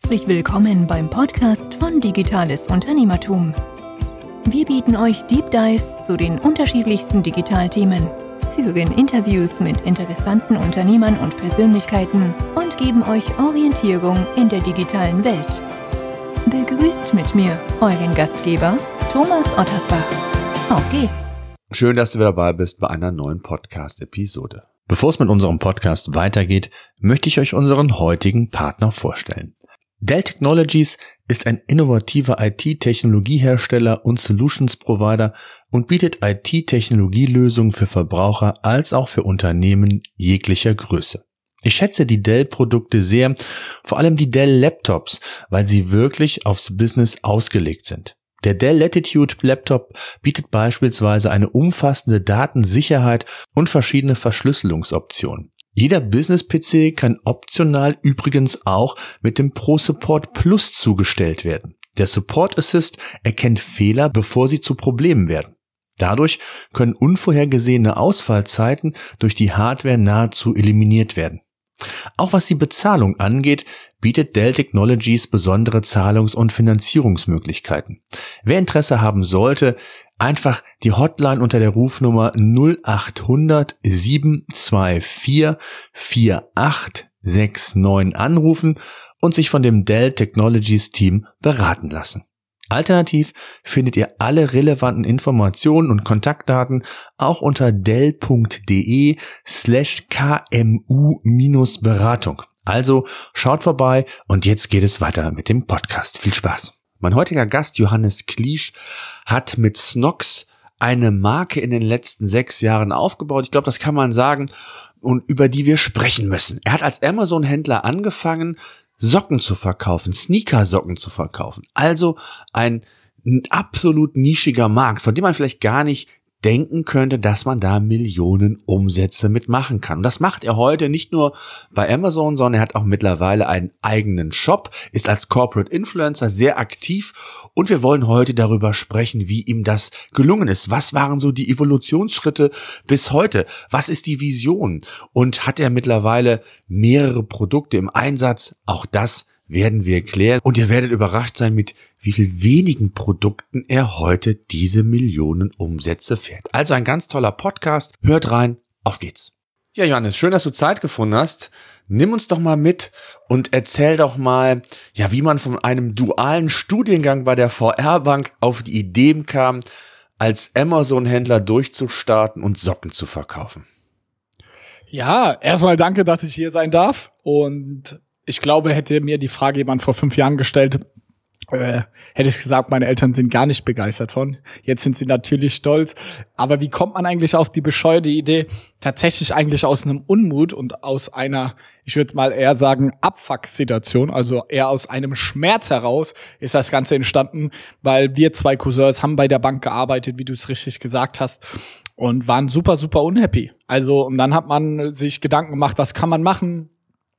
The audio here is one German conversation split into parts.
Herzlich willkommen beim Podcast von Digitales Unternehmertum. Wir bieten euch Deep Dives zu den unterschiedlichsten Digitalthemen, führen Interviews mit interessanten Unternehmern und Persönlichkeiten und geben euch Orientierung in der digitalen Welt. Begrüßt mit mir euren Gastgeber Thomas Ottersbach. Auf geht's! Schön, dass du wieder dabei bist bei einer neuen Podcast-Episode. Bevor es mit unserem Podcast weitergeht, möchte ich euch unseren heutigen Partner vorstellen. Dell Technologies ist ein innovativer IT-Technologiehersteller und Solutions-Provider und bietet IT-Technologielösungen für Verbraucher als auch für Unternehmen jeglicher Größe. Ich schätze die Dell-Produkte sehr, vor allem die Dell-Laptops, weil sie wirklich aufs Business ausgelegt sind. Der Dell Latitude Laptop bietet beispielsweise eine umfassende Datensicherheit und verschiedene Verschlüsselungsoptionen. Jeder Business-PC kann optional übrigens auch mit dem Pro Support Plus zugestellt werden. Der Support Assist erkennt Fehler, bevor sie zu Problemen werden. Dadurch können unvorhergesehene Ausfallzeiten durch die Hardware nahezu eliminiert werden. Auch was die Bezahlung angeht, bietet Dell Technologies besondere Zahlungs- und Finanzierungsmöglichkeiten. Wer Interesse haben sollte, einfach die Hotline unter der Rufnummer 0800 724 4869 anrufen und sich von dem Dell Technologies Team beraten lassen. Alternativ findet ihr alle relevanten Informationen und Kontaktdaten auch unter dell.de/kmu-beratung. Also schaut vorbei und jetzt geht es weiter mit dem Podcast. Viel Spaß! Mein heutiger Gast Johannes Kliesch hat mit Snox eine Marke in den letzten 6 Jahren aufgebaut. Ich glaube, das kann man sagen, und über die wir sprechen müssen. Er hat als Amazon-Händler angefangen, Socken zu verkaufen, Sneaker-Socken zu verkaufen. Also ein absolut nischiger Markt, von dem man vielleicht gar nicht denken könnte, dass man da Millionen Umsätze mitmachen kann. Und das macht er heute nicht nur bei Amazon, sondern er hat auch mittlerweile einen eigenen Shop, ist als Corporate Influencer sehr aktiv und wir wollen heute darüber sprechen, wie ihm das gelungen ist. Was waren so die Evolutionsschritte bis heute? Was ist die Vision? Und hat er mittlerweile mehrere Produkte im Einsatz? Auch das werden wir klären und ihr werdet überrascht sein, mit wie viel wenigen Produkten er heute diese Millionen Umsätze fährt. Also ein ganz toller Podcast. Hört rein, auf geht's. Ja, Johannes, schön, dass du Zeit gefunden hast. Nimm uns doch mal mit und erzähl doch mal, ja, wie man von einem dualen Studiengang bei der VR-Bank auf die Idee kam, als Amazon-Händler durchzustarten und Socken zu verkaufen. Ja, erstmal danke, dass ich hier sein darf. Und ich glaube, hätte mir die Frage jemand vor 5 Jahren gestellt, hätte ich gesagt, meine Eltern sind gar nicht begeistert von. Jetzt sind sie natürlich stolz. Aber wie kommt man eigentlich auf die bescheuerte Idee? Tatsächlich eigentlich aus einem Unmut und aus einer, ich würde mal eher sagen, Abfuck-Situation, also eher aus einem Schmerz heraus ist das Ganze entstanden, weil wir 2 Cousins haben bei der Bank gearbeitet, wie du es richtig gesagt hast, und waren super, super unhappy. Also, und dann hat man sich Gedanken gemacht, was kann man machen?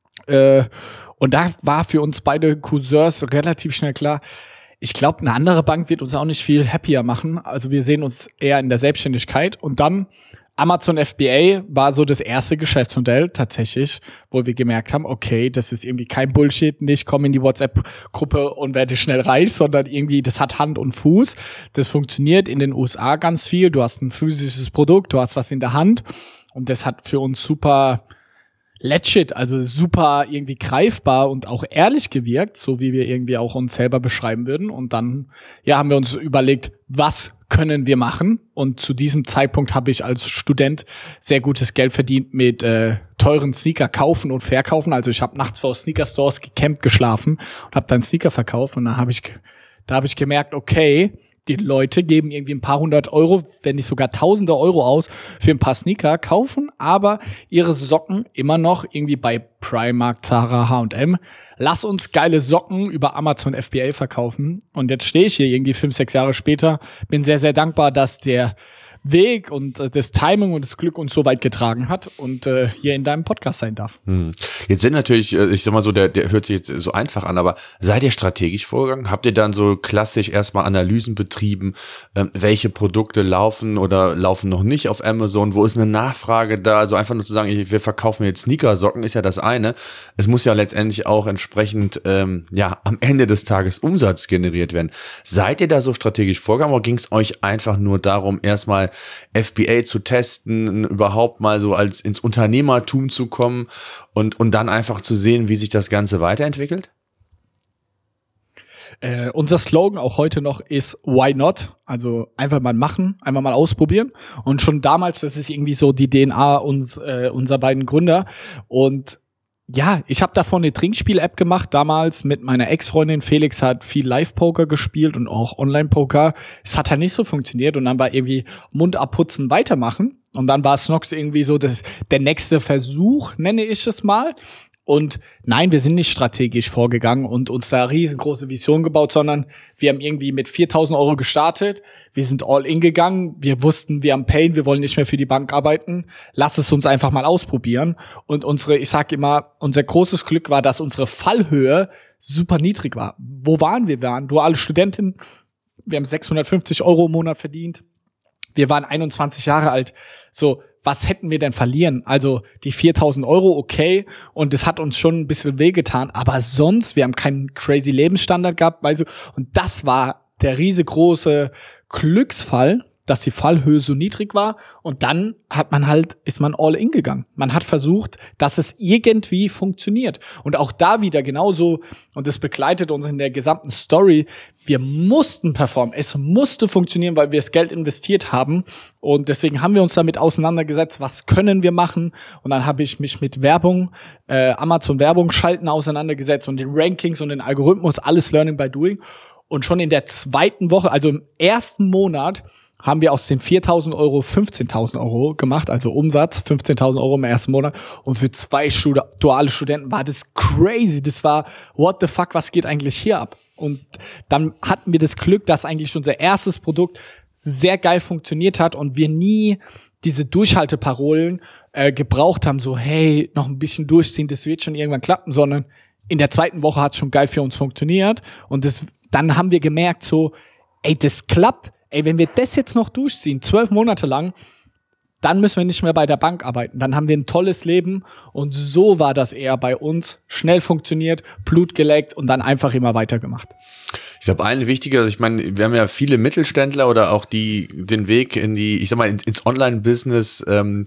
Und da war für uns beide Cousins relativ schnell klar, ich glaube, eine andere Bank wird uns auch nicht viel happier machen. Also wir sehen uns eher in der Selbstständigkeit. Und dann Amazon FBA war so das erste Geschäftsmodell tatsächlich, wo wir gemerkt haben, okay, das ist irgendwie kein Bullshit, nicht komm in die WhatsApp-Gruppe und werde schnell reich, sondern irgendwie, das hat Hand und Fuß. Das funktioniert in den USA ganz viel. Du hast ein physisches Produkt, du hast was in der Hand. Und das hat für uns super legit, also super irgendwie greifbar und auch ehrlich gewirkt, so wie wir irgendwie auch uns selber beschreiben würden. Und dann, ja, haben wir uns überlegt, was können wir machen? Und zu diesem Zeitpunkt habe ich als Student sehr gutes Geld verdient mit teuren Sneaker kaufen und verkaufen. Also ich habe nachts vor Sneaker-Stores gecampt, geschlafen und habe dann Sneaker verkauft. Und da habe ich gemerkt, okay, die Leute geben irgendwie ein paar 100 Euro, wenn nicht sogar Tausende Euro aus für ein paar Sneaker, kaufen aber ihre Socken immer noch irgendwie bei Primark, Zara, H&M. Lass uns geile Socken über Amazon FBA verkaufen. Und jetzt stehe ich hier irgendwie 5, 6 Jahre später. Bin sehr, sehr dankbar, dass der Weg und das Timing und das Glück uns so weit getragen hat und hier in deinem Podcast sein darf. Jetzt sind natürlich, ich sag mal so, der hört sich jetzt so einfach an, aber seid ihr strategisch vorgegangen? Habt ihr dann so klassisch erstmal Analysen betrieben, welche Produkte laufen oder laufen noch nicht auf Amazon? Wo ist eine Nachfrage da? Also einfach nur zu sagen, wir verkaufen jetzt Sneakersocken, ist ja das eine. Es muss ja letztendlich auch entsprechend, am Ende des Tages Umsatz generiert werden. Seid ihr da so strategisch vorgegangen oder ging es euch einfach nur darum, erstmal FBA zu testen, überhaupt mal so als ins Unternehmertum zu kommen und dann einfach zu sehen, wie sich das Ganze weiterentwickelt? Unser Slogan auch heute noch ist Why not? Also einfach mal machen, einfach mal ausprobieren. Und schon damals, das ist irgendwie so die DNA unserer beiden Gründer. Und ja, ich habe davon eine Trinkspiel-App gemacht, damals mit meiner Ex-Freundin. Felix hat viel Live-Poker gespielt und auch Online-Poker. Es hat halt nicht so funktioniert und dann war irgendwie Mund abputzen, weitermachen. Und dann war Snox irgendwie so der nächste Versuch, nenne ich es mal. Und nein, wir sind nicht strategisch vorgegangen und uns da riesengroße Vision gebaut, sondern wir haben irgendwie mit 4.000 Euro gestartet. Wir sind all in gegangen. Wir wussten, wir haben Pain, wir wollen nicht mehr für die Bank arbeiten. Lass es uns einfach mal ausprobieren. Und ich sag immer, unser großes Glück war, dass unsere Fallhöhe super niedrig war. Wo waren wir? Wir waren duale Studentin. Wir haben 650 Euro im Monat verdient. Wir waren 21 Jahre alt. So, was hätten wir denn verlieren? Also die 4.000 Euro, okay, und das hat uns schon ein bisschen wehgetan, aber sonst, wir haben keinen crazy Lebensstandard gehabt, also, und das war der riesengroße Glücksfall, dass die Fallhöhe so niedrig war und dann ist man all in gegangen. Man hat versucht, dass es irgendwie funktioniert. Und auch da wieder genauso, und das begleitet uns in der gesamten Story, wir mussten performen. Es musste funktionieren, weil wir das Geld investiert haben. Und deswegen haben wir uns damit auseinandergesetzt, was können wir machen. Und dann habe ich mich mit Werbung, Amazon-Werbung schalten auseinandergesetzt und den Rankings und den Algorithmus, alles Learning by Doing. Und schon in der zweiten Woche, also im ersten Monat, haben wir aus den 4.000 Euro 15.000 Euro gemacht, also Umsatz, 15.000 Euro im ersten Monat. Und für 2 duale Studenten war das crazy. Das war, what the fuck, was geht eigentlich hier ab? Und dann hatten wir das Glück, dass eigentlich unser erstes Produkt sehr geil funktioniert hat und wir nie diese Durchhalteparolen gebraucht haben, so hey, noch ein bisschen durchziehen, das wird schon irgendwann klappen, sondern in der zweiten Woche hat es schon geil für uns funktioniert. Und dann haben wir gemerkt so, ey, das klappt. Ey, wenn wir das jetzt noch durchziehen, 12 Monate lang, dann müssen wir nicht mehr bei der Bank arbeiten. Dann haben wir ein tolles Leben und so war das eher bei uns. Schnell funktioniert, Blut geleckt und dann einfach immer weitergemacht. Ich glaube, ein wichtiger, ich meine, wir haben ja viele Mittelständler oder auch die den Weg ins Online-Business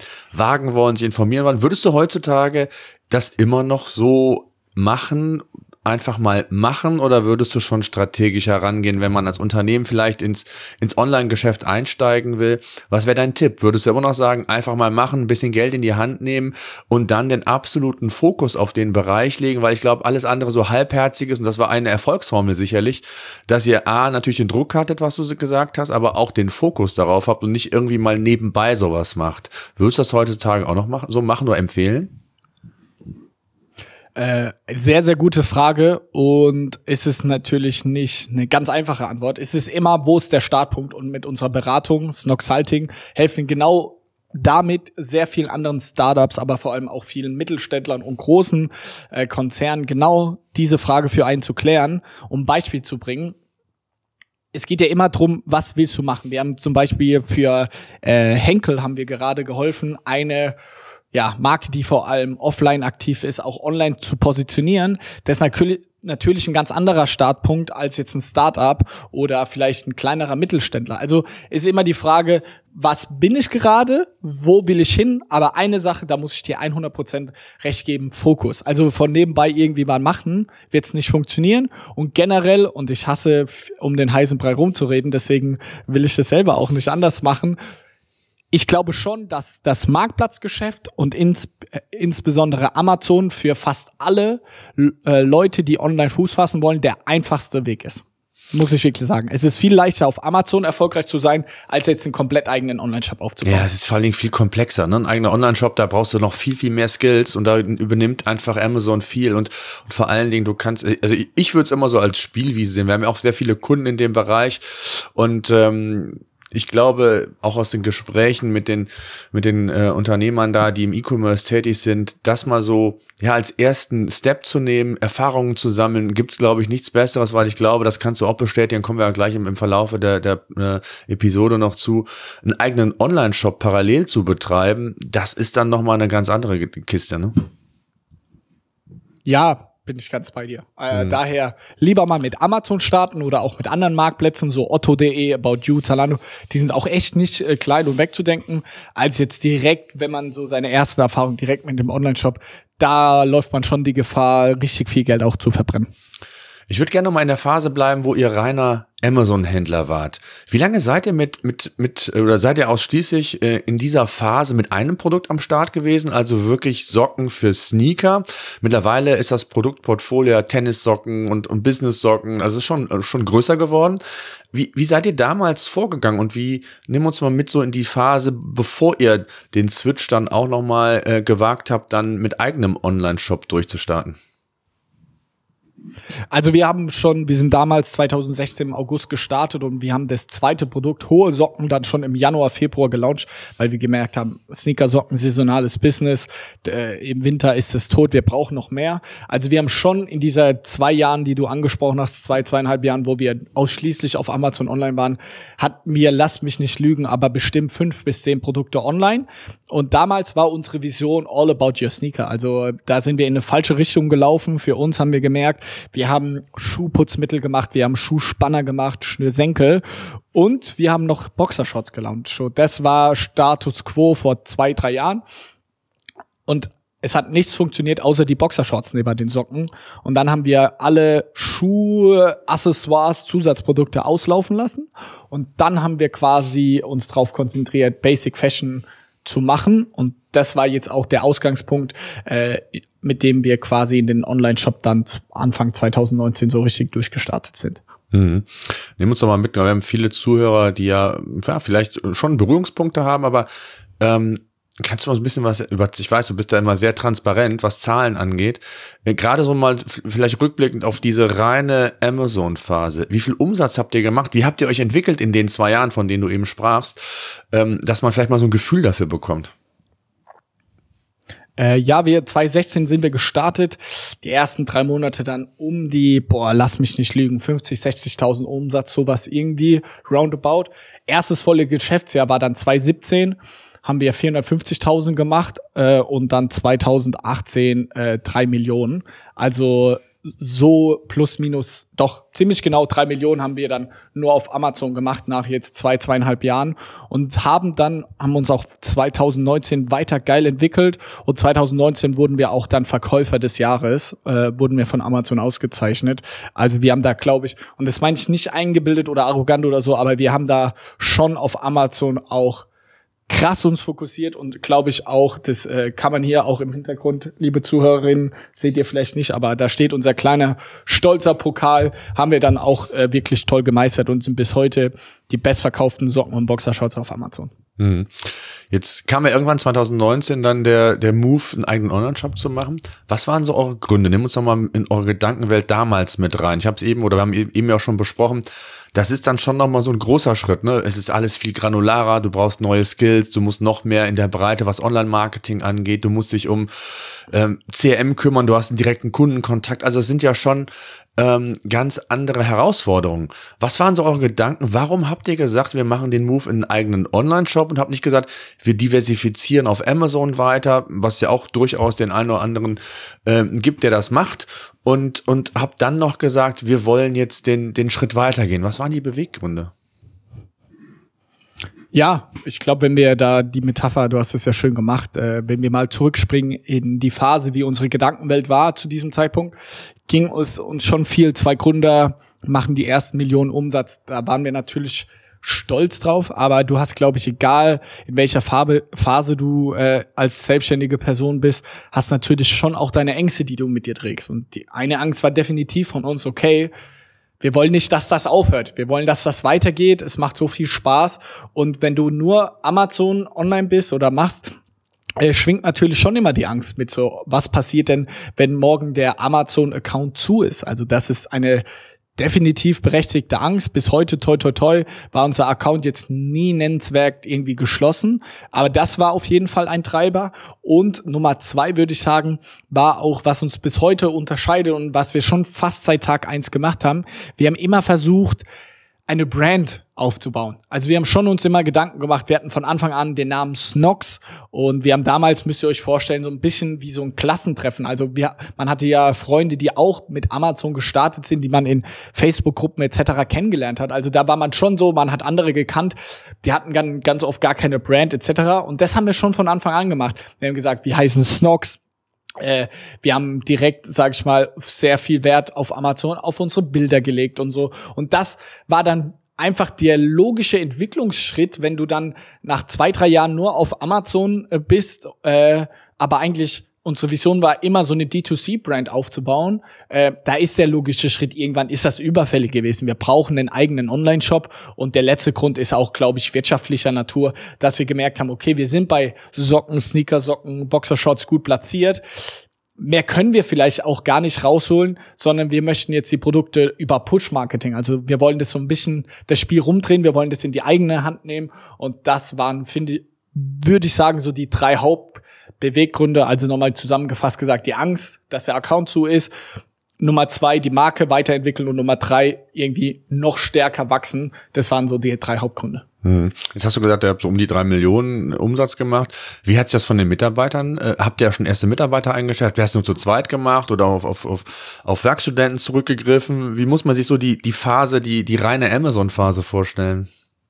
wagen wollen, sich informieren wollen. Würdest du heutzutage das immer noch so machen, einfach mal machen, oder würdest du schon strategisch herangehen, wenn man als Unternehmen vielleicht ins Online-Geschäft einsteigen will? Was wäre dein Tipp? Würdest du immer noch sagen, einfach mal machen, ein bisschen Geld in die Hand nehmen und dann den absoluten Fokus auf den Bereich legen? Weil ich glaube, alles andere so halbherziges, und das war eine Erfolgsformel sicherlich, dass ihr natürlich den Druck hattet, was du gesagt hast, aber auch den Fokus darauf habt und nicht irgendwie mal nebenbei sowas macht. Würdest du das heutzutage auch noch machen oder empfehlen? Sehr, sehr gute Frage und es ist natürlich nicht eine ganz einfache Antwort. Es ist immer, wo ist der Startpunkt, und mit unserer Beratung, Snoxalting, helfen genau damit sehr vielen anderen Startups, aber vor allem auch vielen Mittelständlern und großen Konzernen genau diese Frage für einen zu klären, um ein Beispiel zu bringen. Es geht ja immer drum, was willst du machen? Wir haben zum Beispiel für Henkel haben wir gerade geholfen, eine Marke, die vor allem offline aktiv ist, auch online zu positionieren. Das ist natürlich ein ganz anderer Startpunkt als jetzt ein Startup oder vielleicht ein kleinerer Mittelständler. Also ist immer die Frage, was bin ich gerade? Wo will ich hin? Aber eine Sache, da muss ich dir 100% recht geben, Fokus. Also von nebenbei irgendwie mal machen, wird es nicht funktionieren. Und generell, und ich hasse, um den heißen Brei rumzureden, deswegen will ich das selber auch nicht anders machen, ich glaube schon, dass das Marktplatzgeschäft und insbesondere Amazon für fast alle Leute, die online Fuß fassen wollen, der einfachste Weg ist. Muss ich wirklich sagen. Es ist viel leichter, auf Amazon erfolgreich zu sein, als jetzt einen komplett eigenen Online-Shop aufzubauen. Ja, es ist vor allen Dingen viel komplexer, ne? Ein eigener Online-Shop, da brauchst du noch viel, viel mehr Skills und da übernimmt einfach Amazon viel und vor allen Dingen, du kannst, also ich würde es immer so als Spielwiese sehen. Wir haben ja auch sehr viele Kunden in dem Bereich und ich glaube, auch aus den Gesprächen mit den Unternehmern da, die im E-Commerce tätig sind, das mal so als ersten Step zu nehmen, Erfahrungen zu sammeln, gibt's, glaube ich, nichts Besseres, weil ich glaube, das kannst du auch bestätigen, kommen wir ja gleich im Verlaufe der Episode noch zu, einen eigenen Online-Shop parallel zu betreiben, das ist dann nochmal eine ganz andere Kiste, ne? Ja, bin ich ganz bei dir. Daher lieber mal mit Amazon starten oder auch mit anderen Marktplätzen, so Otto.de, About You, Zalando. Die sind auch echt nicht klein und wegzudenken, als jetzt direkt, wenn man so seine erste Erfahrung direkt mit dem Online-Shop, da läuft man schon die Gefahr, richtig viel Geld auch zu verbrennen. Ich würde gerne noch mal in der Phase bleiben, wo ihr reiner Amazon-Händler wart. Wie lange seid ihr oder seid ihr ausschließlich in dieser Phase mit einem Produkt am Start gewesen, also wirklich Socken für Sneaker? Mittlerweile ist das Produktportfolio Tennissocken und Business-Socken, also schon größer geworden. Wie seid ihr damals vorgegangen und nimm uns mal mit so in die Phase, bevor ihr den Switch dann auch noch mal gewagt habt, dann mit eigenem Online-Shop durchzustarten? Also wir sind damals 2016 im August gestartet und wir haben das zweite Produkt, hohe Socken, dann schon im Januar, Februar gelauncht, weil wir gemerkt haben, Sneakersocken, saisonales Business, im Winter ist es tot, wir brauchen noch mehr. Also wir haben schon in dieser 2 Jahren, die du angesprochen hast, 2,5 Jahren, wo wir ausschließlich auf Amazon online waren, hatten wir, lass mich nicht lügen, aber bestimmt 5 bis 10 Produkte online. Und damals war unsere Vision all about your sneaker. Also da sind wir in eine falsche Richtung gelaufen. Für uns haben wir gemerkt, wir haben Schuhputzmittel gemacht, wir haben Schuhspanner gemacht, Schnürsenkel und wir haben noch Boxershorts gelauncht. Das war Status Quo vor 2-3 Jahren und es hat nichts funktioniert, außer die Boxershorts neben den Socken. Und dann haben wir alle Schuhe, Accessoires, Zusatzprodukte auslaufen lassen und dann haben wir quasi uns drauf konzentriert, Basic Fashion zu machen und das war jetzt auch der Ausgangspunkt, mit dem wir quasi in den Online-Shop dann Anfang 2019 so richtig durchgestartet sind. Mhm. Nehmen uns doch mal mit, wir haben viele Zuhörer, die ja vielleicht schon Berührungspunkte haben, aber kannst du mal so ein bisschen was ich weiß, du bist da immer sehr transparent, was Zahlen angeht. Gerade so mal vielleicht rückblickend auf diese reine Amazon-Phase. Wie viel Umsatz habt ihr gemacht? Wie habt ihr euch entwickelt in den 2 Jahren, von denen du eben sprachst, dass man vielleicht mal so ein Gefühl dafür bekommt? 2016 sind wir gestartet. Die ersten 3 Monate dann um die, lass mich nicht lügen, 50.000, 60.000 Umsatz, sowas irgendwie, roundabout. Erstes volle Geschäftsjahr war dann 2017. Haben wir 450.000 gemacht und dann 2018 3 Millionen. Also so plus minus, doch ziemlich genau 3 Millionen haben wir dann nur auf Amazon gemacht nach jetzt 2,5 Jahren und haben uns auch 2019 weiter geil entwickelt und 2019 wurden wir auch dann Verkäufer des Jahres, wurden wir von Amazon ausgezeichnet. Also wir haben da, glaube ich, und das meine ich nicht eingebildet oder arrogant oder so, aber wir haben da schon auf Amazon auch krass uns fokussiert und glaube ich auch, das kann man hier auch im Hintergrund, liebe Zuhörerinnen, seht ihr vielleicht nicht, aber da steht unser kleiner, stolzer Pokal, haben wir dann auch wirklich toll gemeistert und sind bis heute die bestverkauften Socken und Boxershorts auf Amazon. Mhm. Jetzt kam ja irgendwann 2019 dann der Move, einen eigenen Online-Shop zu machen. Was waren so eure Gründe? Nimm uns doch mal in eure Gedankenwelt damals mit rein. Wir haben eben ja auch schon besprochen, das ist dann schon nochmal so ein großer Schritt, ne? Es ist alles viel granularer, du brauchst neue Skills, du musst noch mehr in der Breite, was Online-Marketing angeht, du musst dich um CRM kümmern, du hast einen direkten Kundenkontakt, also es sind ja schon ganz andere Herausforderungen. Was waren so eure Gedanken? Warum habt ihr gesagt, wir machen den Move in einen eigenen Online-Shop und habt nicht gesagt, wir diversifizieren auf Amazon weiter, was ja auch durchaus den einen oder anderen gibt, der das macht und habt dann noch gesagt, wir wollen jetzt den Schritt weitergehen. Was waren die Beweggründe? Ja, ich glaube, wenn wir da die Metapher, du hast es ja schön gemacht, wenn wir mal zurückspringen in die Phase, wie unsere Gedankenwelt war zu diesem Zeitpunkt, ging uns schon viel. 2 Gründer machen die ersten Millionen Umsatz. Da waren wir natürlich stolz drauf, aber du hast, glaube ich, egal in welcher Phase du als selbstständige Person bist, hast natürlich schon auch deine Ängste, die du mit dir trägst. Und die eine Angst war definitiv von uns, okay, wir wollen nicht, dass das aufhört. Wir wollen, dass das weitergeht. Es macht so viel Spaß. Und wenn du nur Amazon online bist oder machst, schwingt natürlich schon immer die Angst mit so, was passiert denn, wenn morgen der Amazon-Account zu ist? Also das ist eine definitiv berechtigte Angst. Bis heute, toi, toi, toi, war unser Account jetzt nie nennenswert irgendwie geschlossen. Aber das war auf jeden Fall ein Treiber. Und Nummer 2, würde ich sagen, war auch, was uns bis heute unterscheidet und was wir schon fast seit Tag 1 gemacht haben. Wir haben immer versucht, eine Brand aufzubauen. Also wir haben schon uns immer Gedanken gemacht, wir hatten von Anfang an den Namen Snox und wir haben damals, müsst ihr euch vorstellen, so ein bisschen wie so ein Klassentreffen. Also man hatte ja Freunde, die auch mit Amazon gestartet sind, die man in Facebook-Gruppen etc. kennengelernt hat. Also da war man schon so, man hat andere gekannt, die hatten ganz oft gar keine Brand etc. Und das haben wir schon von Anfang an gemacht. Wir haben gesagt, wir heißen Snox. Wir haben direkt, sag ich mal, sehr viel Wert auf Amazon, auf unsere Bilder gelegt und so. Und das war dann einfach der logische Entwicklungsschritt, wenn du dann nach 2-3 Jahren nur auf Amazon bist, aber eigentlich unsere Vision war immer, so eine D2C-Brand aufzubauen. Da ist der logische Schritt, irgendwann ist das überfällig gewesen. Wir brauchen einen eigenen Online-Shop. Und der letzte Grund ist auch, glaube ich, wirtschaftlicher Natur, dass wir gemerkt haben, okay, wir sind bei Socken, Sneakersocken, Boxershorts gut platziert. Mehr können wir vielleicht auch gar nicht rausholen, sondern wir möchten jetzt die Produkte über Push-Marketing. Also wir wollen das so ein bisschen, das Spiel rumdrehen, wir wollen das in die eigene Hand nehmen. Und das waren, würde ich sagen, so die 3 Hauptbeweggründe. Also nochmal zusammengefasst gesagt, die Angst, dass der Account zu ist. Nummer 2, die Marke weiterentwickeln und Nummer 3, irgendwie noch stärker wachsen. Das waren so die 3 Hauptgründe. Jetzt hast du gesagt, ihr habt so um die 3 Millionen Umsatz gemacht. Wie hat sich das von den Mitarbeitern? Habt ihr ja schon erste Mitarbeiter eingestellt? Wer hast du nur zu zweit gemacht oder auf Werkstudenten zurückgegriffen? Wie muss man sich so die Phase, die reine Amazon-Phase vorstellen?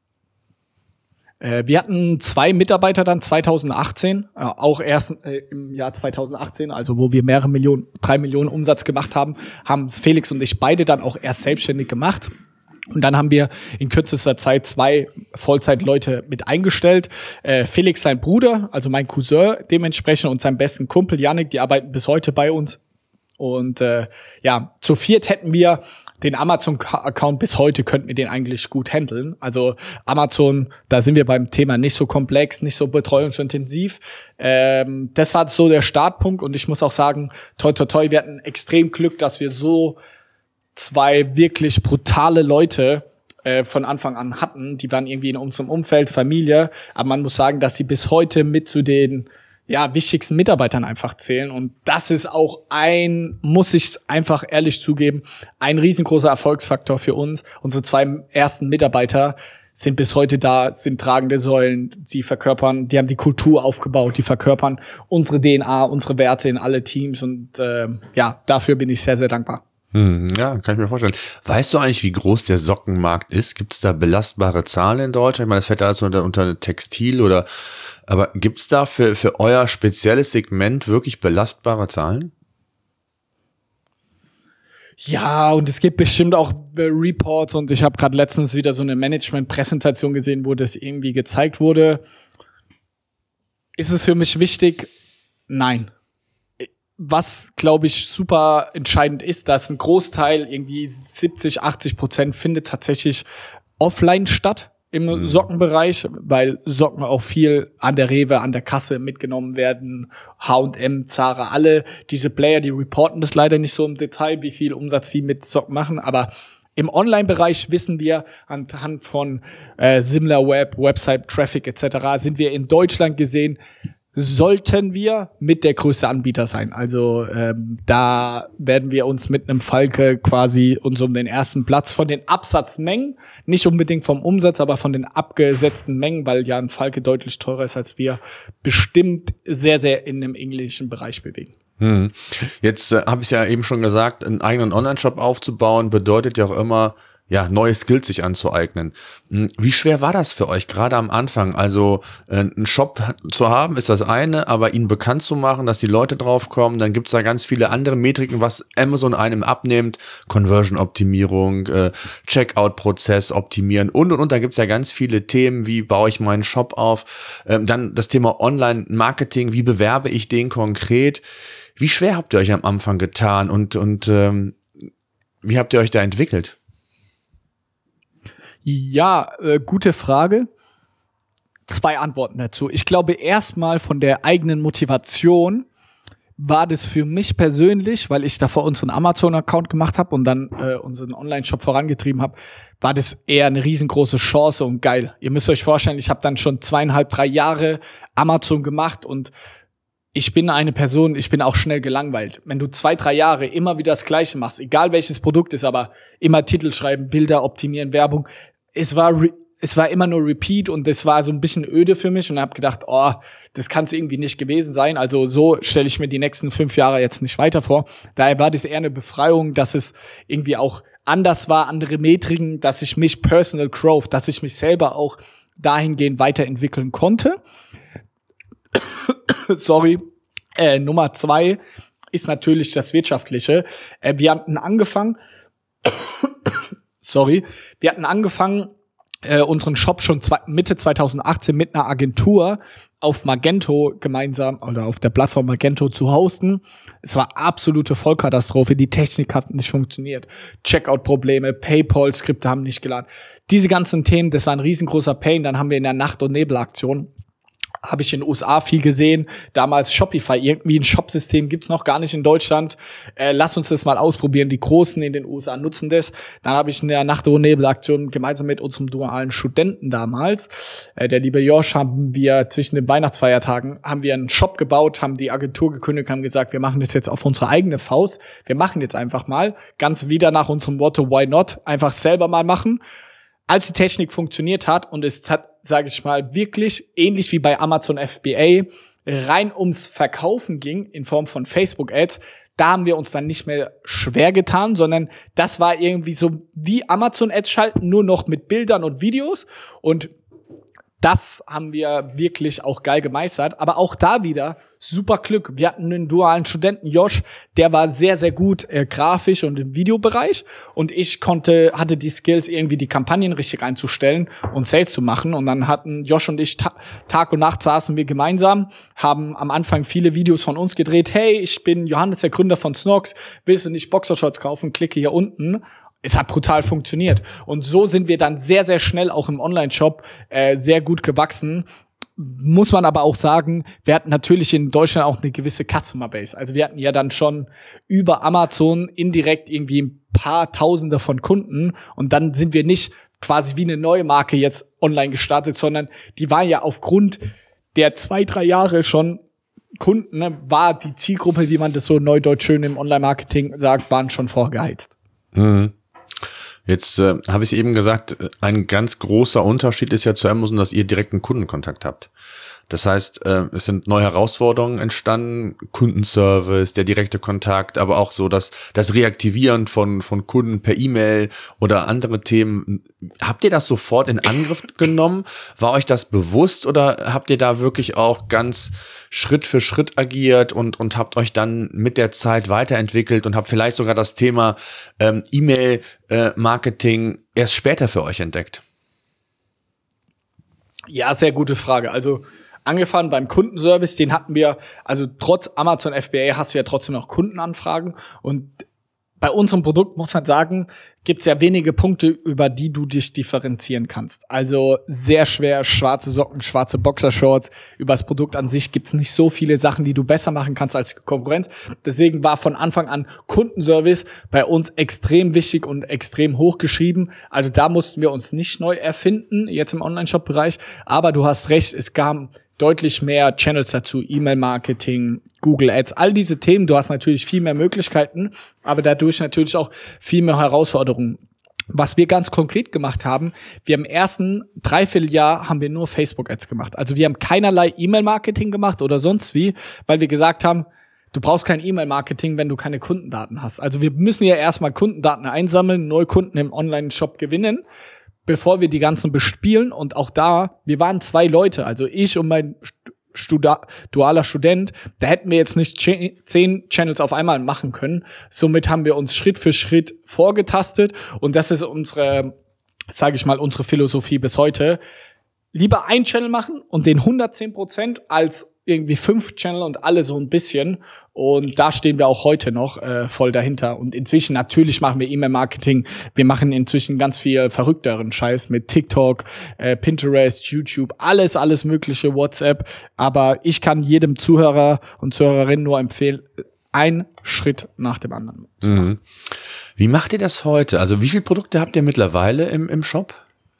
Wir hatten 2 Mitarbeiter dann 2018, auch erst im Jahr 2018, also wo wir 3 Millionen Umsatz gemacht haben Felix und ich beide dann auch erst selbstständig gemacht. Und dann haben wir in kürzester Zeit 2 Vollzeitleute mit eingestellt. Felix, sein Bruder, also mein Cousin dementsprechend, und sein besten Kumpel Yannick, die arbeiten bis heute bei uns. Und zu 4 hätten wir den Amazon-Account bis heute, könnten wir den eigentlich gut handeln. Also Amazon, da sind wir beim Thema nicht so komplex, nicht so betreuungsintensiv. Das war so der Startpunkt. Und ich muss auch sagen, toi, toi, toi, wir hatten extrem Glück, dass wir so 2 wirklich brutale Leute von Anfang an hatten. Die waren irgendwie in unserem Umfeld, Familie. Aber man muss sagen, dass sie bis heute mit zu den wichtigsten Mitarbeitern einfach zählen. Und das ist auch muss ich einfach ehrlich zugeben, ein riesengroßer Erfolgsfaktor für uns. Unsere 2 ersten Mitarbeiter sind bis heute da, sind tragende Säulen. Die haben die Kultur aufgebaut, die verkörpern unsere DNA, unsere Werte in alle Teams. Und dafür bin ich sehr, sehr dankbar. Ja, kann ich mir vorstellen. Weißt du eigentlich, wie groß der Sockenmarkt ist? Gibt es da belastbare Zahlen in Deutschland? Ich meine, das fällt da alles unter Textil aber gibt's da für euer spezielles Segment wirklich belastbare Zahlen? Ja, und es gibt bestimmt auch Reports, und ich habe gerade letztens wieder so eine Management-Präsentation gesehen, wo das irgendwie gezeigt wurde. Ist es für mich wichtig? Nein. Was, glaube ich, super entscheidend ist, dass ein Großteil, irgendwie 70-80% findet tatsächlich offline statt im Sockenbereich, weil Socken auch viel an der Rewe, an der Kasse mitgenommen werden. H&M, Zara, alle diese Player, die reporten das leider nicht so im Detail, wie viel Umsatz sie mit Socken machen, aber im Online-Bereich wissen wir anhand von SimilarWeb, Website-Traffic etc. sind wir in Deutschland gesehen, sollten wir mit der größte Anbieter sein. Also da werden wir uns mit einem Falke quasi uns um den ersten Platz von den Absatzmengen, nicht unbedingt vom Umsatz, aber von den abgesetzten Mengen, weil ja ein Falke deutlich teurer ist als wir, bestimmt sehr, sehr in einem englischen Bereich bewegen. Jetzt habe ich es ja eben schon gesagt, einen eigenen Online-Shop aufzubauen bedeutet ja auch immer, neue Skills sich anzueignen. Wie schwer war das für euch, gerade am Anfang? Also einen Shop zu haben, ist das eine, aber ihn bekannt zu machen, dass die Leute drauf kommen, dann gibt's da ganz viele andere Metriken, was Amazon einem abnimmt, Conversion-Optimierung, Checkout-Prozess optimieren und. Da gibt's ja ganz viele Themen, wie baue ich meinen Shop auf, dann das Thema Online-Marketing, wie bewerbe ich den konkret? Wie schwer habt ihr euch am Anfang getan und wie habt ihr euch da entwickelt? Ja, gute Frage. 2 Antworten dazu. Ich glaube erstmal von der eigenen Motivation war das für mich persönlich, weil ich davor unseren Amazon-Account gemacht habe und dann unseren Online-Shop vorangetrieben habe, war das eher eine riesengroße Chance und geil. Ihr müsst euch vorstellen, ich habe dann schon 2,5, 3 Jahre Amazon gemacht und ich bin eine Person, ich bin auch schnell gelangweilt. Wenn du 2, 3 Jahre immer wieder das Gleiche machst, egal welches Produkt ist, aber immer Titel schreiben, Bilder optimieren, Werbung, es war immer nur Repeat und das war so ein bisschen öde für mich und habe gedacht, das kann es irgendwie nicht gewesen sein. Also so stelle ich mir die nächsten 5 Jahre jetzt nicht weiter vor. Daher war das eher eine Befreiung, dass es irgendwie auch anders war, andere Metriken, dass ich mich Personal Growth, dass ich mich selber auch dahingehend weiterentwickeln konnte. Sorry. Nummer 2 ist natürlich das Wirtschaftliche. Wir hatten angefangen, unseren Shop schon Mitte 2018 mit einer Agentur auf Magento gemeinsam oder auf der Plattform Magento zu hosten. Es war absolute Vollkatastrophe. Die Technik hat nicht funktioniert. Checkout-Probleme, PayPal-Skripte haben nicht geladen. Diese ganzen Themen, das war ein riesengroßer Pain. Dann haben wir in der Nacht- und Nebelaktion habe ich in den USA viel gesehen. Damals Shopify, irgendwie ein Shopsystem gibt's noch gar nicht in Deutschland. Lass uns das mal ausprobieren. Die Großen in den USA nutzen das. Dann habe ich in der Nacht- und Nebelaktion gemeinsam mit unserem dualen Studenten damals, der liebe Josh, haben wir zwischen den Weihnachtsfeiertagen haben wir einen Shop gebaut, haben die Agentur gekündigt, haben gesagt, wir machen das jetzt auf unsere eigene Faust. Wir machen jetzt einfach mal, ganz wieder nach unserem Motto, why not? Einfach selber mal machen. Als die Technik funktioniert hat und es hat, sage ich mal, wirklich ähnlich wie bei Amazon FBA rein ums Verkaufen ging in Form von Facebook-Ads, da haben wir uns dann nicht mehr schwer getan, sondern das war irgendwie so wie Amazon-Ads schalten, nur noch mit Bildern und Videos und das haben wir wirklich auch geil gemeistert. Aber auch da wieder super Glück. Wir hatten einen dualen Studenten, Josh, der war sehr, sehr gut grafisch und im Videobereich. Und ich hatte die Skills, irgendwie die Kampagnen richtig einzustellen und Sales zu machen. Und dann hatten Josh und ich Tag und Nacht saßen wir gemeinsam, haben am Anfang viele Videos von uns gedreht. Hey, ich bin Johannes, der Gründer von Snox. Willst du nicht Boxershorts kaufen? Klicke hier unten. Es hat brutal funktioniert. Und so sind wir dann sehr, sehr schnell auch im Online-Shop sehr gut gewachsen. Muss man aber auch sagen, wir hatten natürlich in Deutschland auch eine gewisse Customer Base. Also wir hatten ja dann schon über Amazon indirekt irgendwie ein paar Tausende von Kunden. Und dann sind wir nicht quasi wie eine neue Marke jetzt online gestartet, sondern die waren ja aufgrund der 2, 3 Jahre schon Kunden, ne, war die Zielgruppe, wie man das so neudeutsch schön im Online-Marketing sagt, waren schon vorgeheizt. Mhm. Jetzt habe ich eben gesagt, ein ganz großer Unterschied ist ja zu Amazon, dass ihr direkten Kundenkontakt habt. Das heißt, es sind neue Herausforderungen entstanden, Kundenservice, der direkte Kontakt, aber auch so das Reaktivieren von Kunden per E-Mail oder andere Themen. Habt ihr das sofort in Angriff genommen? War euch das bewusst oder habt ihr da wirklich auch ganz Schritt für Schritt agiert und habt euch dann mit der Zeit weiterentwickelt und habt vielleicht sogar das Thema E-Mail-Marketing erst später für euch entdeckt? Ja, sehr gute Frage. Also angefangen beim Kundenservice, den hatten wir, also trotz Amazon FBA hast du ja trotzdem noch Kundenanfragen und bei unserem Produkt muss man sagen, gibt es ja wenige Punkte, über die du dich differenzieren kannst. Also sehr schwer, schwarze Socken, schwarze Boxershorts. Über das Produkt an sich gibt es nicht so viele Sachen, die du besser machen kannst als Konkurrenz. Deswegen war von Anfang an Kundenservice bei uns extrem wichtig und extrem hoch geschrieben. Also da mussten wir uns nicht neu erfinden, jetzt im Online-Shop-Bereich. Aber du hast recht, es kam deutlich mehr Channels dazu, E-Mail-Marketing, Google Ads, all diese Themen. Du hast natürlich viel mehr Möglichkeiten, aber dadurch natürlich auch viel mehr Herausforderungen. Was wir ganz konkret gemacht haben, wir im ersten Dreivierteljahr haben wir nur Facebook-Ads gemacht. Also wir haben keinerlei E-Mail-Marketing gemacht oder sonst wie, weil wir gesagt haben, du brauchst kein E-Mail-Marketing, wenn du keine Kundendaten hast. Also wir müssen ja erstmal Kundendaten einsammeln, Neukunden im Online-Shop gewinnen, bevor wir die ganzen bespielen. Und auch da, wir waren 2 Leute, also ich und mein dualer Student, da hätten wir jetzt nicht 10 Channels auf einmal machen können. Somit haben wir uns Schritt für Schritt vorgetastet und das ist unsere, sage ich mal, unsere Philosophie bis heute. Lieber einen Channel machen und den 110% als irgendwie 5 Channel und alle so ein bisschen. Und da stehen wir auch heute noch voll dahinter. Und inzwischen, natürlich machen wir E-Mail-Marketing. Wir machen inzwischen ganz viel verrückteren Scheiß mit TikTok, Pinterest, YouTube, alles mögliche, WhatsApp. Aber ich kann jedem Zuhörer und Zuhörerin nur empfehlen, einen Schritt nach dem anderen zu machen. Wie macht ihr das heute? Also wie viele Produkte habt ihr mittlerweile im Shop?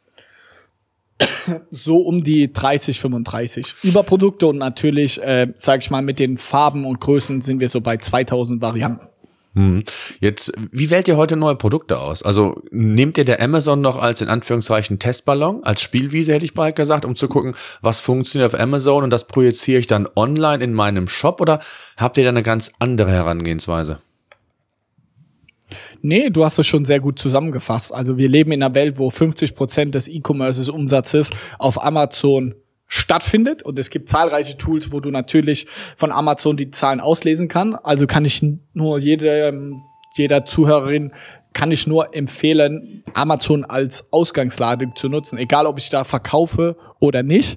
So um die 30, 35 Überprodukte und natürlich, sag ich mal, mit den Farben und Größen sind wir so bei 2000 Varianten. Jetzt, wie wählt ihr heute neue Produkte aus? Also nehmt ihr der Amazon noch als in Anführungszeichen Testballon, als Spielwiese, hätte ich bald gesagt, um zu gucken, was funktioniert auf Amazon und das projiziere ich dann online in meinem Shop, oder habt ihr da eine ganz andere Herangehensweise? Nee, du hast es schon sehr gut zusammengefasst. Also wir leben in einer Welt, wo 50% des E-Commerce-Umsatzes auf Amazon stattfindet. Und es gibt zahlreiche Tools, wo du natürlich von Amazon die Zahlen auslesen kannst. Also kann ich nur jeder Zuhörerin kann ich nur empfehlen, Amazon als Ausgangsladung zu nutzen. Egal, ob ich da verkaufe oder nicht.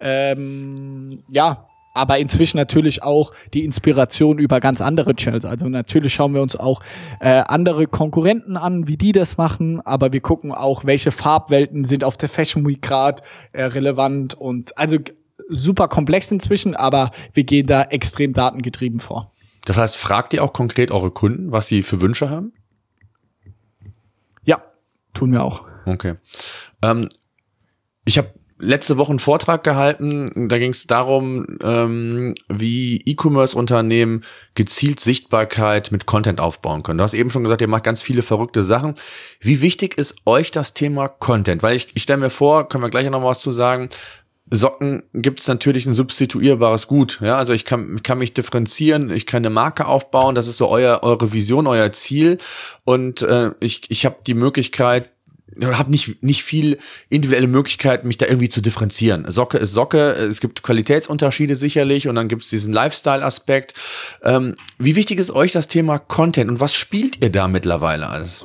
Aber inzwischen natürlich auch die Inspiration über ganz andere Channels. Also natürlich schauen wir uns auch andere Konkurrenten an, wie die das machen, aber wir gucken auch, welche Farbwelten sind auf der Fashion Week gerade relevant und also super komplex inzwischen, aber wir gehen da extrem datengetrieben vor. Das heißt, fragt ihr auch konkret eure Kunden, was sie für Wünsche haben? Ja, tun wir auch. Okay. Ich habe letzte Woche einen Vortrag gehalten, da ging es darum, wie E-Commerce-Unternehmen gezielt Sichtbarkeit mit Content aufbauen können. Du hast eben schon gesagt, ihr macht ganz viele verrückte Sachen. Wie wichtig ist euch das Thema Content? Weil ich stelle mir vor, können wir gleich noch mal was zu sagen, Socken gibt's natürlich ein substituierbares Gut. Ja, also ich kann mich differenzieren, ich kann eine Marke aufbauen, das ist so eure Vision, euer Ziel. Und ich habe die Möglichkeit, habe nicht viel individuelle Möglichkeiten, mich da irgendwie zu differenzieren. Socke ist Socke, es gibt Qualitätsunterschiede sicherlich und dann gibt es diesen Lifestyle-Aspekt. Wie wichtig ist euch das Thema Content und was spielt ihr da mittlerweile alles?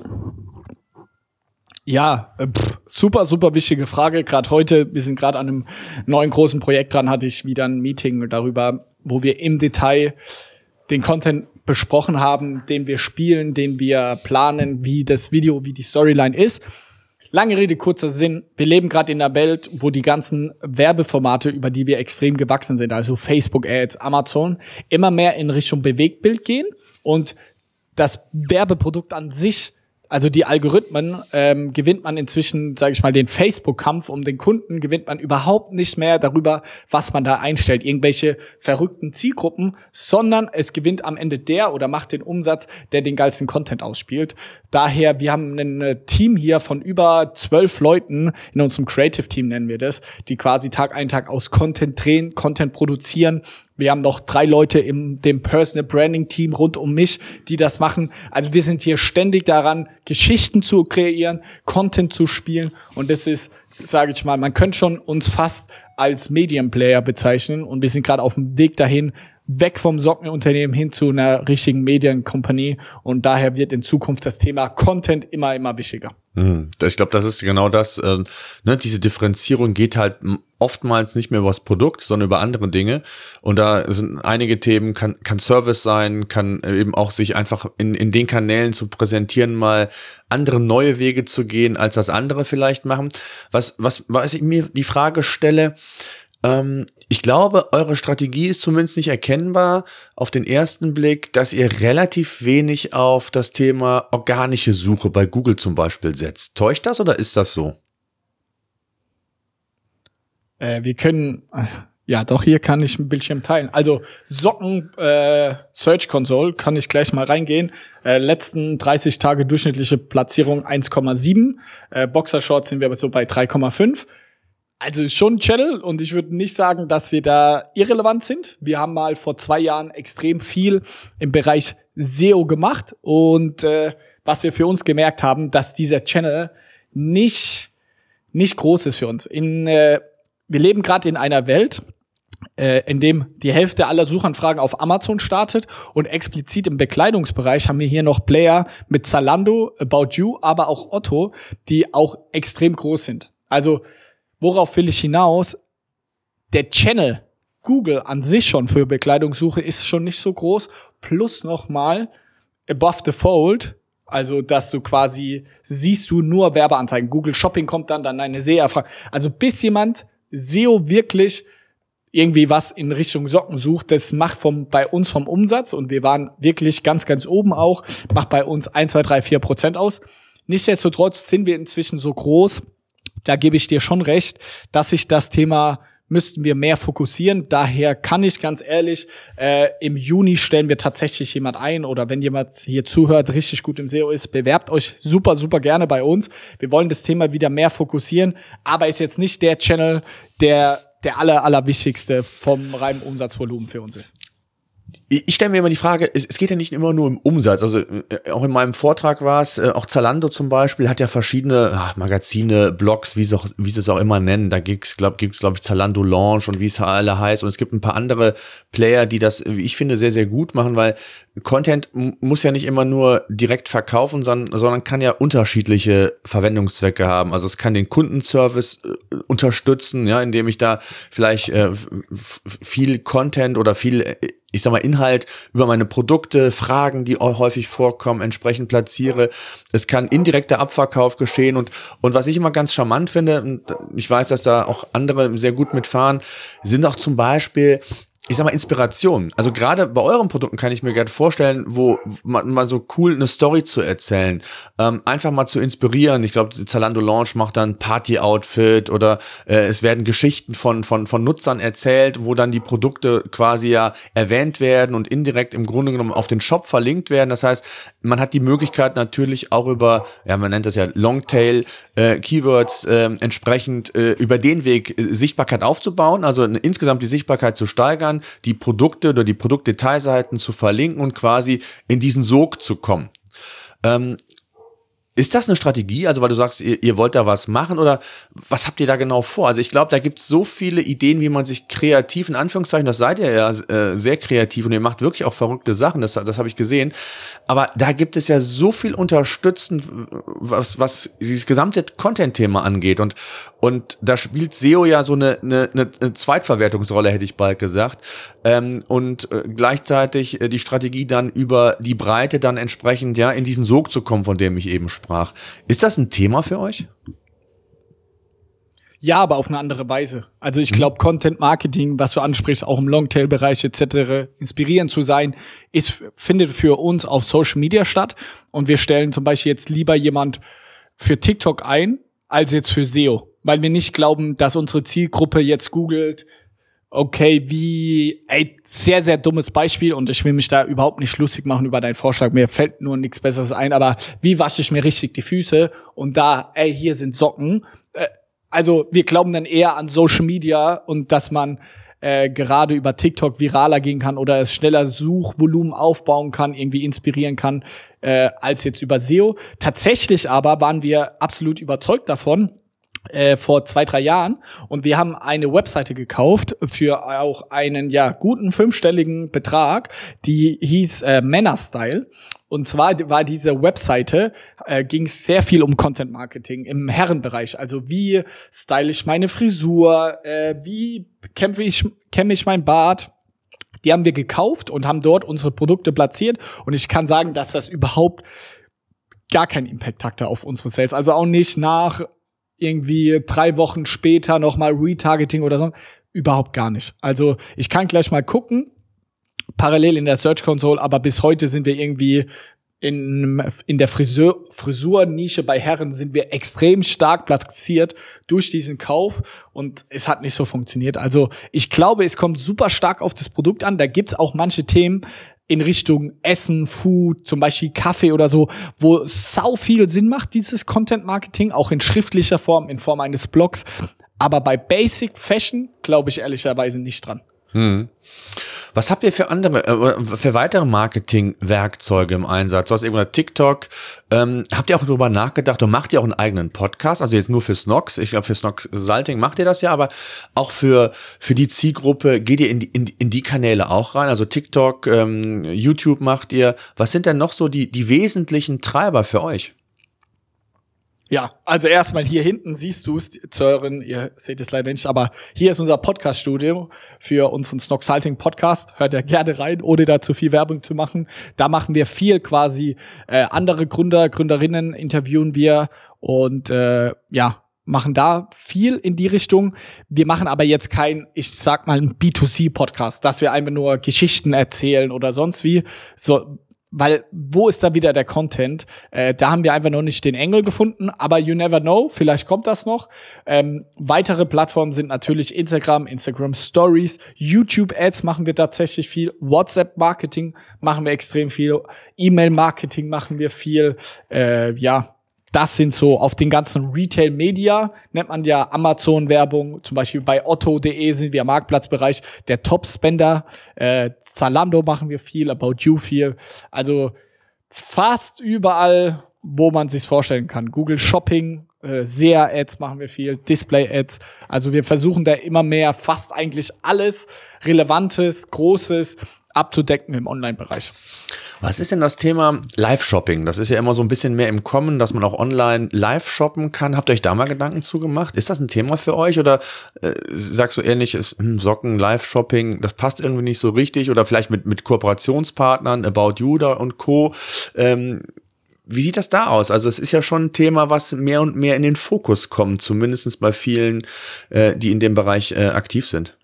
Ja, super wichtige Frage. Gerade heute, wir sind gerade an einem neuen großen Projekt dran, hatte ich wieder ein Meeting darüber, wo wir im Detail den Content besprochen haben, den wir spielen, den wir planen, wie das Video, wie die Storyline ist. Lange Rede, kurzer Sinn. Wir leben gerade in einer Welt, wo die ganzen Werbeformate, über die wir extrem gewachsen sind, also Facebook-Ads, Amazon, immer mehr in Richtung Bewegtbild gehen und das Werbeprodukt an sich, also die Algorithmen, gewinnt man inzwischen, sage ich mal, den Facebook-Kampf um den Kunden, gewinnt man überhaupt nicht mehr darüber, was man da einstellt, irgendwelche verrückten Zielgruppen, sondern es gewinnt am Ende der oder macht den Umsatz, der den geilsten Content ausspielt. Daher, wir haben ein Team hier von über 12 Leuten, in unserem Creative-Team nennen wir das, die quasi Tag ein, Tag aus Content drehen, Content produzieren. Wir haben noch 3 Leute in dem Personal Branding Team rund um mich, die das machen. Also wir sind hier ständig daran, Geschichten zu kreieren, Content zu spielen. Und das ist, sage ich mal, man könnte schon uns fast als Medienplayer bezeichnen. Und wir sind gerade auf dem Weg dahin, weg vom Sockenunternehmen hin zu einer richtigen Medienkompanie. Und daher wird in Zukunft das Thema Content immer wichtiger. Ich glaube, das ist genau das. Diese Differenzierung geht halt oftmals nicht mehr über das Produkt, sondern über andere Dinge. Und da sind einige Themen, kann Service sein, kann eben auch sich einfach in den Kanälen zu präsentieren, mal andere neue Wege zu gehen, als das andere vielleicht machen. Was ich mir die Frage stelle, ich glaube, eure Strategie ist zumindest nicht erkennbar auf den ersten Blick, dass ihr relativ wenig auf das Thema organische Suche bei Google zum Beispiel setzt. Täuscht das oder ist das so? Wir können, ja doch, hier kann ich ein Bildschirm teilen. Also Socken Search Console kann ich gleich mal reingehen. Letzten 30 Tage durchschnittliche Platzierung 1,7. Boxershorts sind wir aber so bei 3,5. Also ist schon ein Channel und ich würde nicht sagen, dass sie da irrelevant sind. Wir haben mal vor 2 Jahren extrem viel im Bereich SEO gemacht und was wir für uns gemerkt haben, dass dieser Channel nicht groß ist für uns. Wir leben gerade in einer Welt, in dem die Hälfte aller Suchanfragen auf Amazon startet und explizit im Bekleidungsbereich haben wir hier noch Player mit Zalando, About You, aber auch Otto, die auch extrem groß sind. Also worauf will ich hinaus? Der Channel Google an sich schon für Bekleidungssuche ist schon nicht so groß. Plus nochmal above the fold, also dass du quasi siehst du nur Werbeanzeigen. Google Shopping kommt dann eine SEO-Frage. Also bis jemand SEO wirklich irgendwie was in Richtung Socken sucht, das macht bei uns vom Umsatz, und wir waren wirklich ganz, ganz oben auch, macht bei uns 1, 2, 3, 4% aus. Nichtsdestotrotz sind wir inzwischen so groß, da gebe ich dir schon recht, dass sich das Thema müssten wir mehr fokussieren. Daher kann ich ganz ehrlich, im Juni stellen wir tatsächlich jemand ein, oder wenn jemand hier zuhört, richtig gut im SEO ist, bewerbt euch super, super gerne bei uns. Wir wollen das Thema wieder mehr fokussieren, aber ist jetzt nicht der Channel, der allerwichtigste vom reinen Umsatzvolumen für uns ist. Ich stelle mir immer die Frage, es geht ja nicht immer nur um Umsatz. Also auch in meinem Vortrag war es, auch Zalando zum Beispiel hat ja verschiedene Magazine, Blogs, wie sie es auch immer nennen. Da gibt's glaube ich, Zalando Launch und wie es alle heißt. Und es gibt ein paar andere Player, die das, wie ich finde, sehr, sehr gut machen, weil Content muss ja nicht immer nur direkt verkaufen, sondern kann ja unterschiedliche Verwendungszwecke haben. Also es kann den Kundenservice unterstützen, ja, indem ich da vielleicht viel Content oder viel, ich sag mal, Inhalt über meine Produkte, Fragen, die häufig vorkommen, entsprechend platziere. Es kann indirekter Abverkauf geschehen, und was ich immer ganz charmant finde, und ich weiß, dass da auch andere sehr gut mitfahren, sind auch zum Beispiel, ich sag mal, Inspiration. Also gerade bei euren Produkten kann ich mir gerade vorstellen, wo man mal so cool eine Story zu erzählen, einfach mal zu inspirieren. Ich glaube, Zalando Launch macht dann Party-Outfit, oder es werden Geschichten von Nutzern erzählt, wo dann die Produkte quasi ja erwähnt werden und indirekt im Grunde genommen auf den Shop verlinkt werden. Das heißt, man hat die Möglichkeit natürlich auch über, ja, man nennt das ja Longtail Keywords, entsprechend über den Weg Sichtbarkeit aufzubauen, also insgesamt die Sichtbarkeit zu steigern, die Produkte oder die Produktdetailseiten zu verlinken und quasi in diesen Sog zu kommen. Ist das eine Strategie? Also weil du sagst, ihr wollt da was machen, oder was habt ihr da genau vor? Also ich glaube, da gibt es so viele Ideen, wie man sich kreativ, in Anführungszeichen, das seid ihr ja sehr kreativ und ihr macht wirklich auch verrückte Sachen, das habe ich gesehen. Aber da gibt es ja so viel unterstützend, was dieses gesamte Content-Thema angeht. Und da spielt SEO ja so eine Zweitverwertungsrolle, hätte ich bald gesagt. Und gleichzeitig die Strategie dann über die Breite dann entsprechend ja in diesen Sog zu kommen, von dem ich eben sprach. Ist das ein Thema für euch? Ja, aber auf eine andere Weise. Also ich glaube, Content Marketing, was du ansprichst, auch im Longtail-Bereich etc., inspirierend zu sein, findet für uns auf Social Media statt. Und wir stellen zum Beispiel jetzt lieber jemand für TikTok ein, als jetzt für SEO. Weil wir nicht glauben, dass unsere Zielgruppe jetzt googelt, okay, sehr, sehr dummes Beispiel, und ich will mich da überhaupt nicht lustig machen über deinen Vorschlag, mir fällt nur nichts Besseres ein, aber wie wasche ich mir richtig die Füße, und da, hier sind Socken. Also wir glauben dann eher an Social Media und dass man gerade über TikTok viraler gehen kann oder es schneller Suchvolumen aufbauen kann, irgendwie inspirieren kann, als jetzt über SEO. Tatsächlich aber waren wir absolut überzeugt davon, vor 2, 3 Jahren, und wir haben eine Webseite gekauft für auch einen guten 5-stelligen Betrag, die hieß Männerstyle. Und zwar war diese Webseite, ging es sehr viel um Content Marketing im Herrenbereich. Also wie style ich meine Frisur, wie kämme ich mein Bart. Die haben wir gekauft und haben dort unsere Produkte platziert, und ich kann sagen, dass das überhaupt gar keinen Impact hatte auf unsere Sales. Also auch nicht nach irgendwie 3 Wochen später nochmal Retargeting oder so. Überhaupt gar nicht. Also ich kann gleich mal gucken, parallel in der Search Console, aber bis heute sind wir irgendwie in der Frisur-Nische bei Herren sind wir extrem stark platziert durch diesen Kauf, und es hat nicht so funktioniert. Also ich glaube, es kommt super stark auf das Produkt an. Da gibt's auch manche Themen in Richtung Essen, Food, zum Beispiel Kaffee oder so, wo sau viel Sinn macht, dieses Content-Marketing, auch in schriftlicher Form, in Form eines Blogs. Aber bei Basic Fashion glaube ich ehrlicherweise nicht dran. Was habt ihr für weitere Marketing-Werkzeuge im Einsatz? Du hast eben gesagt, TikTok. Habt ihr auch darüber nachgedacht, und macht ihr auch einen eigenen Podcast? Also jetzt nur für Snox. Ich glaube, für Snox Salting macht ihr das ja, aber auch für die Zielgruppe geht ihr in die Kanäle auch rein? Also TikTok, YouTube macht ihr. Was sind denn noch so die wesentlichen Treiber für euch? Ja, also erstmal hier hinten siehst du es, Sören, ihr seht es leider nicht, aber hier ist unser Podcast-Studio für unseren Snoxalting Podcast. Hört ja gerne rein, ohne da zu viel Werbung zu machen. Da machen wir viel quasi andere Gründer, Gründerinnen interviewen wir und machen da viel in die Richtung. Wir machen aber jetzt kein, ich sag mal, ein B2C-Podcast, dass wir einfach nur Geschichten erzählen oder sonst wie. So, weil, wo ist da wieder der Content? Da haben wir einfach noch nicht den Engel gefunden, aber you never know, vielleicht kommt das noch. Weitere Plattformen sind natürlich Instagram Stories, YouTube-Ads machen wir tatsächlich viel, WhatsApp-Marketing machen wir extrem viel, E-Mail-Marketing machen wir viel, das sind so auf den ganzen Retail-Media, nennt man ja Amazon-Werbung, zum Beispiel bei Otto.de sind wir im Marktplatzbereich der Top-Spender, Zalando machen wir viel, About You viel, also fast überall, wo man sich's vorstellen kann. Google Shopping, SEA-Ads machen wir viel, Display-Ads, also wir versuchen da immer mehr, fast eigentlich alles Relevantes, Großes abzudecken im Online-Bereich. Was ist denn das Thema Live-Shopping? Das ist ja immer so ein bisschen mehr im Kommen, dass man auch online live shoppen kann. Habt ihr euch da mal Gedanken zugemacht? Ist das ein Thema für euch oder sagst du ähnlich, Socken, Live-Shopping, das passt irgendwie nicht so richtig oder vielleicht mit Kooperationspartnern, About You und Co. Wie sieht das da aus? Also es ist ja schon ein Thema, was mehr und mehr in den Fokus kommt, zumindest bei vielen, die in dem Bereich aktiv sind.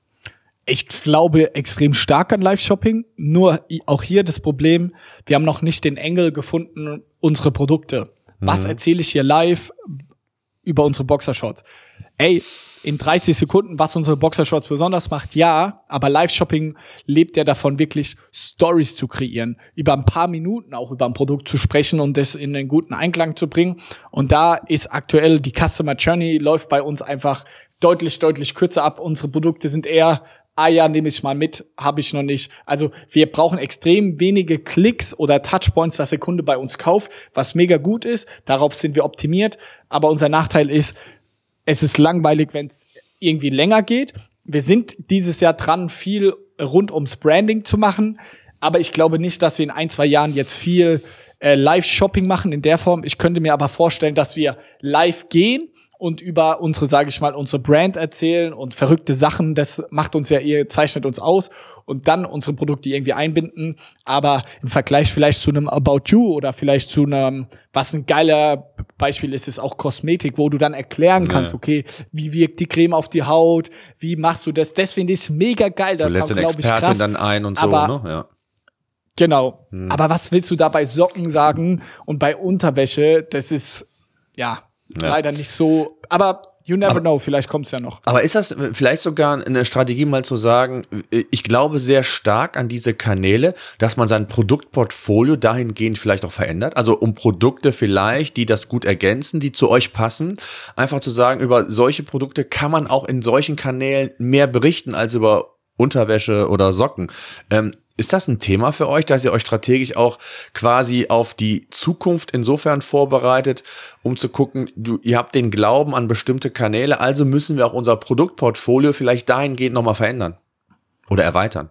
Ich glaube extrem stark an Live-Shopping, nur auch hier das Problem, wir haben noch nicht den Engel gefunden, unsere Produkte. Was erzähle ich hier live über unsere Boxershorts? Ey, in 30 Sekunden, was unsere Boxershorts besonders macht, ja, aber Live-Shopping lebt ja davon, wirklich Stories zu kreieren, über ein paar Minuten auch über ein Produkt zu sprechen und das in einen guten Einklang zu bringen. Und da ist aktuell die Customer Journey läuft bei uns einfach deutlich kürzer ab. Unsere Produkte sind eher ja, nehme ich mal mit, habe ich noch nicht. Also wir brauchen extrem wenige Klicks oder Touchpoints, dass der Kunde bei uns kauft, was mega gut ist. Darauf sind wir optimiert. Aber unser Nachteil ist, es ist langweilig, wenn es irgendwie länger geht. Wir sind dieses Jahr dran, viel rund ums Branding zu machen. Aber ich glaube nicht, dass wir in 1-2 Jahren jetzt viel Live-Shopping machen in der Form. Ich könnte mir aber vorstellen, dass wir live gehen und über unsere Brand erzählen und verrückte Sachen, das macht uns ja zeichnet uns aus und dann unsere Produkte irgendwie einbinden, aber im Vergleich vielleicht zu einem About You oder vielleicht zu einem, was ein geiler Beispiel ist auch Kosmetik, wo du dann erklären kannst, okay, wie wirkt die Creme auf die Haut, wie machst du das, finde ich mega geil. Du lädst eine Expertin dann ein und so, aber, ne? Ja. Genau, aber was willst du da bei Socken sagen und bei Unterwäsche, das ist, leider nicht so, aber you never know, vielleicht kommt's ja noch. Aber ist das vielleicht sogar eine Strategie, mal zu sagen, ich glaube sehr stark an diese Kanäle, dass man sein Produktportfolio dahingehend vielleicht auch verändert, also um Produkte vielleicht, die das gut ergänzen, die zu euch passen, einfach zu sagen, über solche Produkte kann man auch in solchen Kanälen mehr berichten als über Unterwäsche oder Socken. Ist das ein Thema für euch, dass ihr euch strategisch auch quasi auf die Zukunft insofern vorbereitet, um zu gucken, ihr habt den Glauben an bestimmte Kanäle, also müssen wir auch unser Produktportfolio vielleicht dahingehend nochmal verändern oder erweitern?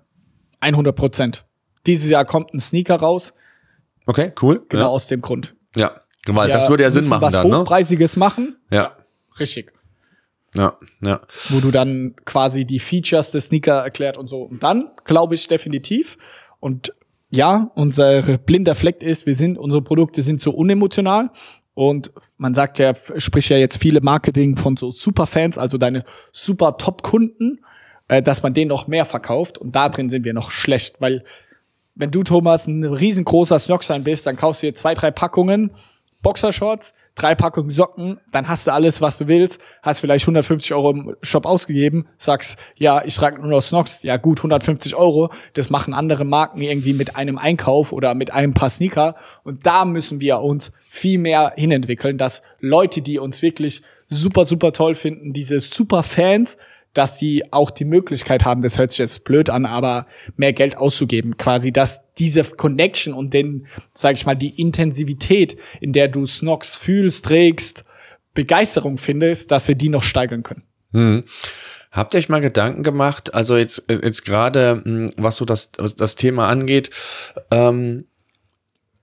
100%. Dieses Jahr kommt ein Sneaker raus. Okay, cool. Genau aus dem Grund. Ja, weil das würde ja Sinn machen was dann, ne? Hochpreisiges machen. Ja. Richtig. Ja. Wo du dann quasi die Features des Sneaker erklärt und so. Und dann glaube ich definitiv. Und ja, unser blinder Fleck ist, unsere Produkte sind so unemotional. Und man sagt ja, spricht ja jetzt viele Marketing von so Superfans, also deine super Top-Kunden, dass man denen noch mehr verkauft. Und da drin sind wir noch schlecht, weil wenn du, Thomas, ein riesengroßer Snox-Fan bist, dann kaufst du dir 2-3 Packungen Boxershorts, 3 Packungen Socken, dann hast du alles, was du willst, hast vielleicht 150 € im Shop ausgegeben, sagst, ja, ich trage nur noch Snox, ja gut, 150 €, das machen andere Marken irgendwie mit einem Einkauf oder mit einem paar Sneaker und da müssen wir uns viel mehr hinentwickeln, dass Leute, die uns wirklich super, super toll finden, diese super Fans, dass sie auch die Möglichkeit haben, das hört sich jetzt blöd an, aber mehr Geld auszugeben. Quasi, dass diese Connection und sag ich mal, die Intensivität, in der du Snox fühlst, trägst, Begeisterung findest, dass wir die noch steigern können. Habt ihr euch mal Gedanken gemacht, also jetzt gerade, was so das Thema angeht,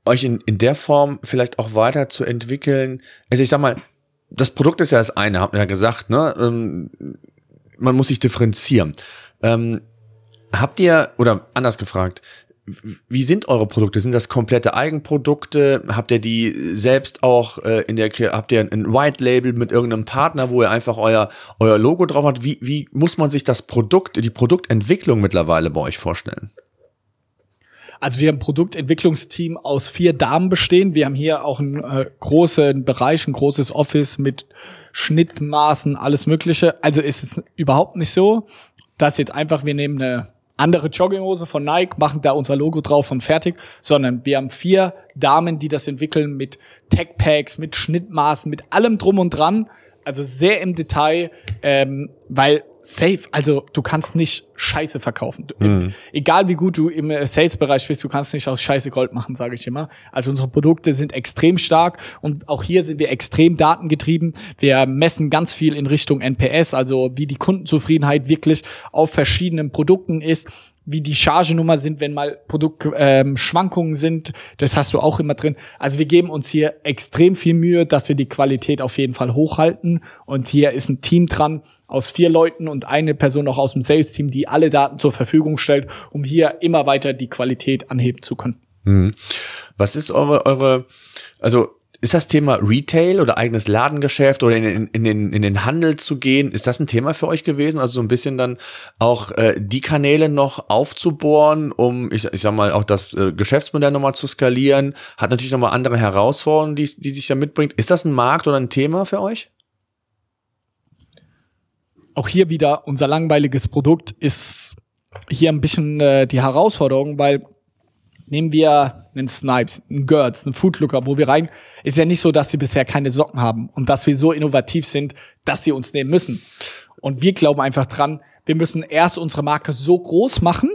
euch in der Form vielleicht auch weiterzuentwickeln? Also ich sag mal, das Produkt ist ja das eine, habt ihr ja gesagt, ne? Man muss sich differenzieren. Habt ihr, oder anders gefragt, wie sind eure Produkte? Sind das komplette Eigenprodukte? Habt ihr die selbst auch habt ihr ein White Label mit irgendeinem Partner, wo ihr einfach euer Logo drauf habt? Wie muss man sich die Produktentwicklung mittlerweile bei euch vorstellen? Also wir haben ein Produktentwicklungsteam aus 4 Damen bestehen. Wir haben hier auch einen großen Bereich, ein großes Office mit Schnittmaßen, alles Mögliche. Also ist es überhaupt nicht so, dass jetzt einfach wir nehmen eine andere Jogginghose von Nike, machen da unser Logo drauf und fertig, sondern wir haben 4 Damen, die das entwickeln mit Tech-Packs, mit Schnittmaßen, mit allem drum und dran. Also sehr im Detail, weil safe, also du kannst nicht Scheiße verkaufen. Egal wie gut du im Sales-Bereich bist, du kannst nicht aus Scheiße Gold machen, sage ich immer. Also unsere Produkte sind extrem stark und auch hier sind wir extrem datengetrieben. Wir messen ganz viel in Richtung NPS, also wie die Kundenzufriedenheit wirklich auf verschiedenen Produkten ist, wie die Chargenummer sind, wenn mal Produktschwankungen sind. Das hast du auch immer drin. Also wir geben uns hier extrem viel Mühe, dass wir die Qualität auf jeden Fall hochhalten. Und hier ist ein Team dran aus 4 Leuten und eine Person noch aus dem Sales-Team, die alle Daten zur Verfügung stellt, um hier immer weiter die Qualität anheben zu können. Was ist also ist das Thema Retail oder eigenes Ladengeschäft oder in den Handel zu gehen, ist das ein Thema für euch gewesen? Also so ein bisschen dann auch die Kanäle noch aufzubohren, um, ich sag mal, auch das Geschäftsmodell nochmal zu skalieren, hat natürlich nochmal andere Herausforderungen, die sich da mitbringt. Ist das ein Markt oder ein Thema für euch? Auch hier wieder, unser langweiliges Produkt ist hier ein bisschen die Herausforderung, weil nehmen wir einen Snipes, einen Gertz, einen Foodlooker, wo wir rein, ist ja nicht so, dass sie bisher keine Socken haben und dass wir so innovativ sind, dass sie uns nehmen müssen. Und wir glauben einfach dran, wir müssen erst unsere Marke so groß machen,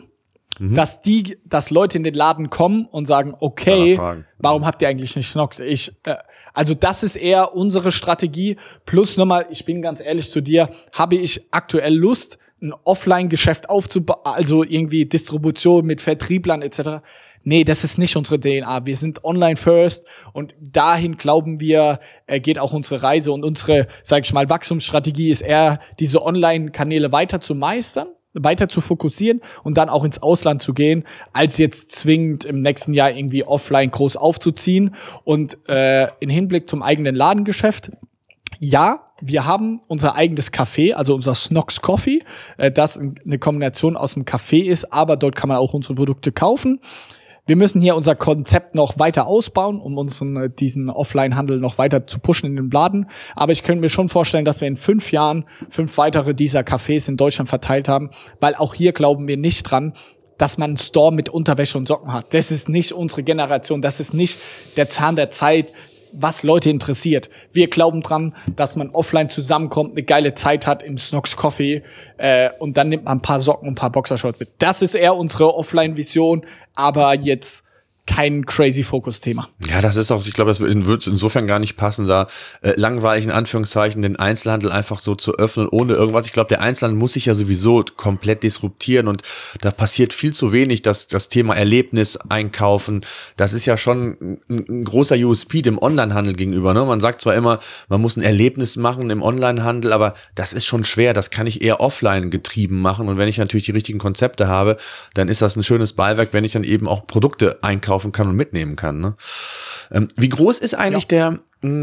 dass Leute in den Laden kommen und sagen, okay, warum habt ihr eigentlich nicht Snox? Also das ist eher unsere Strategie. Plus nochmal, ich bin ganz ehrlich zu dir, habe ich aktuell Lust, ein Offline-Geschäft aufzubauen, also irgendwie Distribution mit Vertrieblern etc. Nee, das ist nicht unsere DNA. Wir sind online first und dahin glauben wir, geht auch unsere Reise und unsere, sag ich mal, Wachstumsstrategie ist eher, diese Online-Kanäle weiter zu meistern, weiter zu fokussieren und dann auch ins Ausland zu gehen, als jetzt zwingend im nächsten Jahr irgendwie offline groß aufzuziehen. Und in Hinblick zum eigenen Ladengeschäft, ja, wir haben unser eigenes Café, also unser Snox Coffee, das eine Kombination aus dem Café ist, aber dort kann man auch unsere Produkte kaufen. Wir müssen hier unser Konzept noch weiter ausbauen, um diesen Offline-Handel noch weiter zu pushen in den Laden. Aber ich könnte mir schon vorstellen, dass wir in 5 Jahren 5 weitere dieser Cafés in Deutschland verteilt haben, weil auch hier glauben wir nicht dran, dass man einen Store mit Unterwäsche und Socken hat. Das ist nicht unsere Generation, das ist nicht der Zahn der Zeit, was Leute interessiert. Wir glauben dran, dass man offline zusammenkommt, eine geile Zeit hat im Snox Coffee und dann nimmt man ein paar Socken und ein paar Boxershorts mit. Das ist eher unsere Offline-Vision, aber jetzt kein crazy Fokus-Thema. Ja, das ist auch, ich glaube, das wird insofern gar nicht passen, da langweilig in Anführungszeichen den Einzelhandel einfach so zu öffnen, ohne irgendwas. Ich glaube, der Einzelhandel muss sich ja sowieso komplett disruptieren und da passiert viel zu wenig, dass das Thema Erlebnis einkaufen, das ist ja schon ein großer USP dem Onlinehandel gegenüber. Ne? Man sagt zwar immer, man muss ein Erlebnis machen im Onlinehandel, aber das ist schon schwer, das kann ich eher offline getrieben machen und wenn ich natürlich die richtigen Konzepte habe, dann ist das ein schönes Beiwerk, wenn ich dann eben auch Produkte einkaufen kann und mitnehmen kann. Ne? Wie groß ist eigentlich der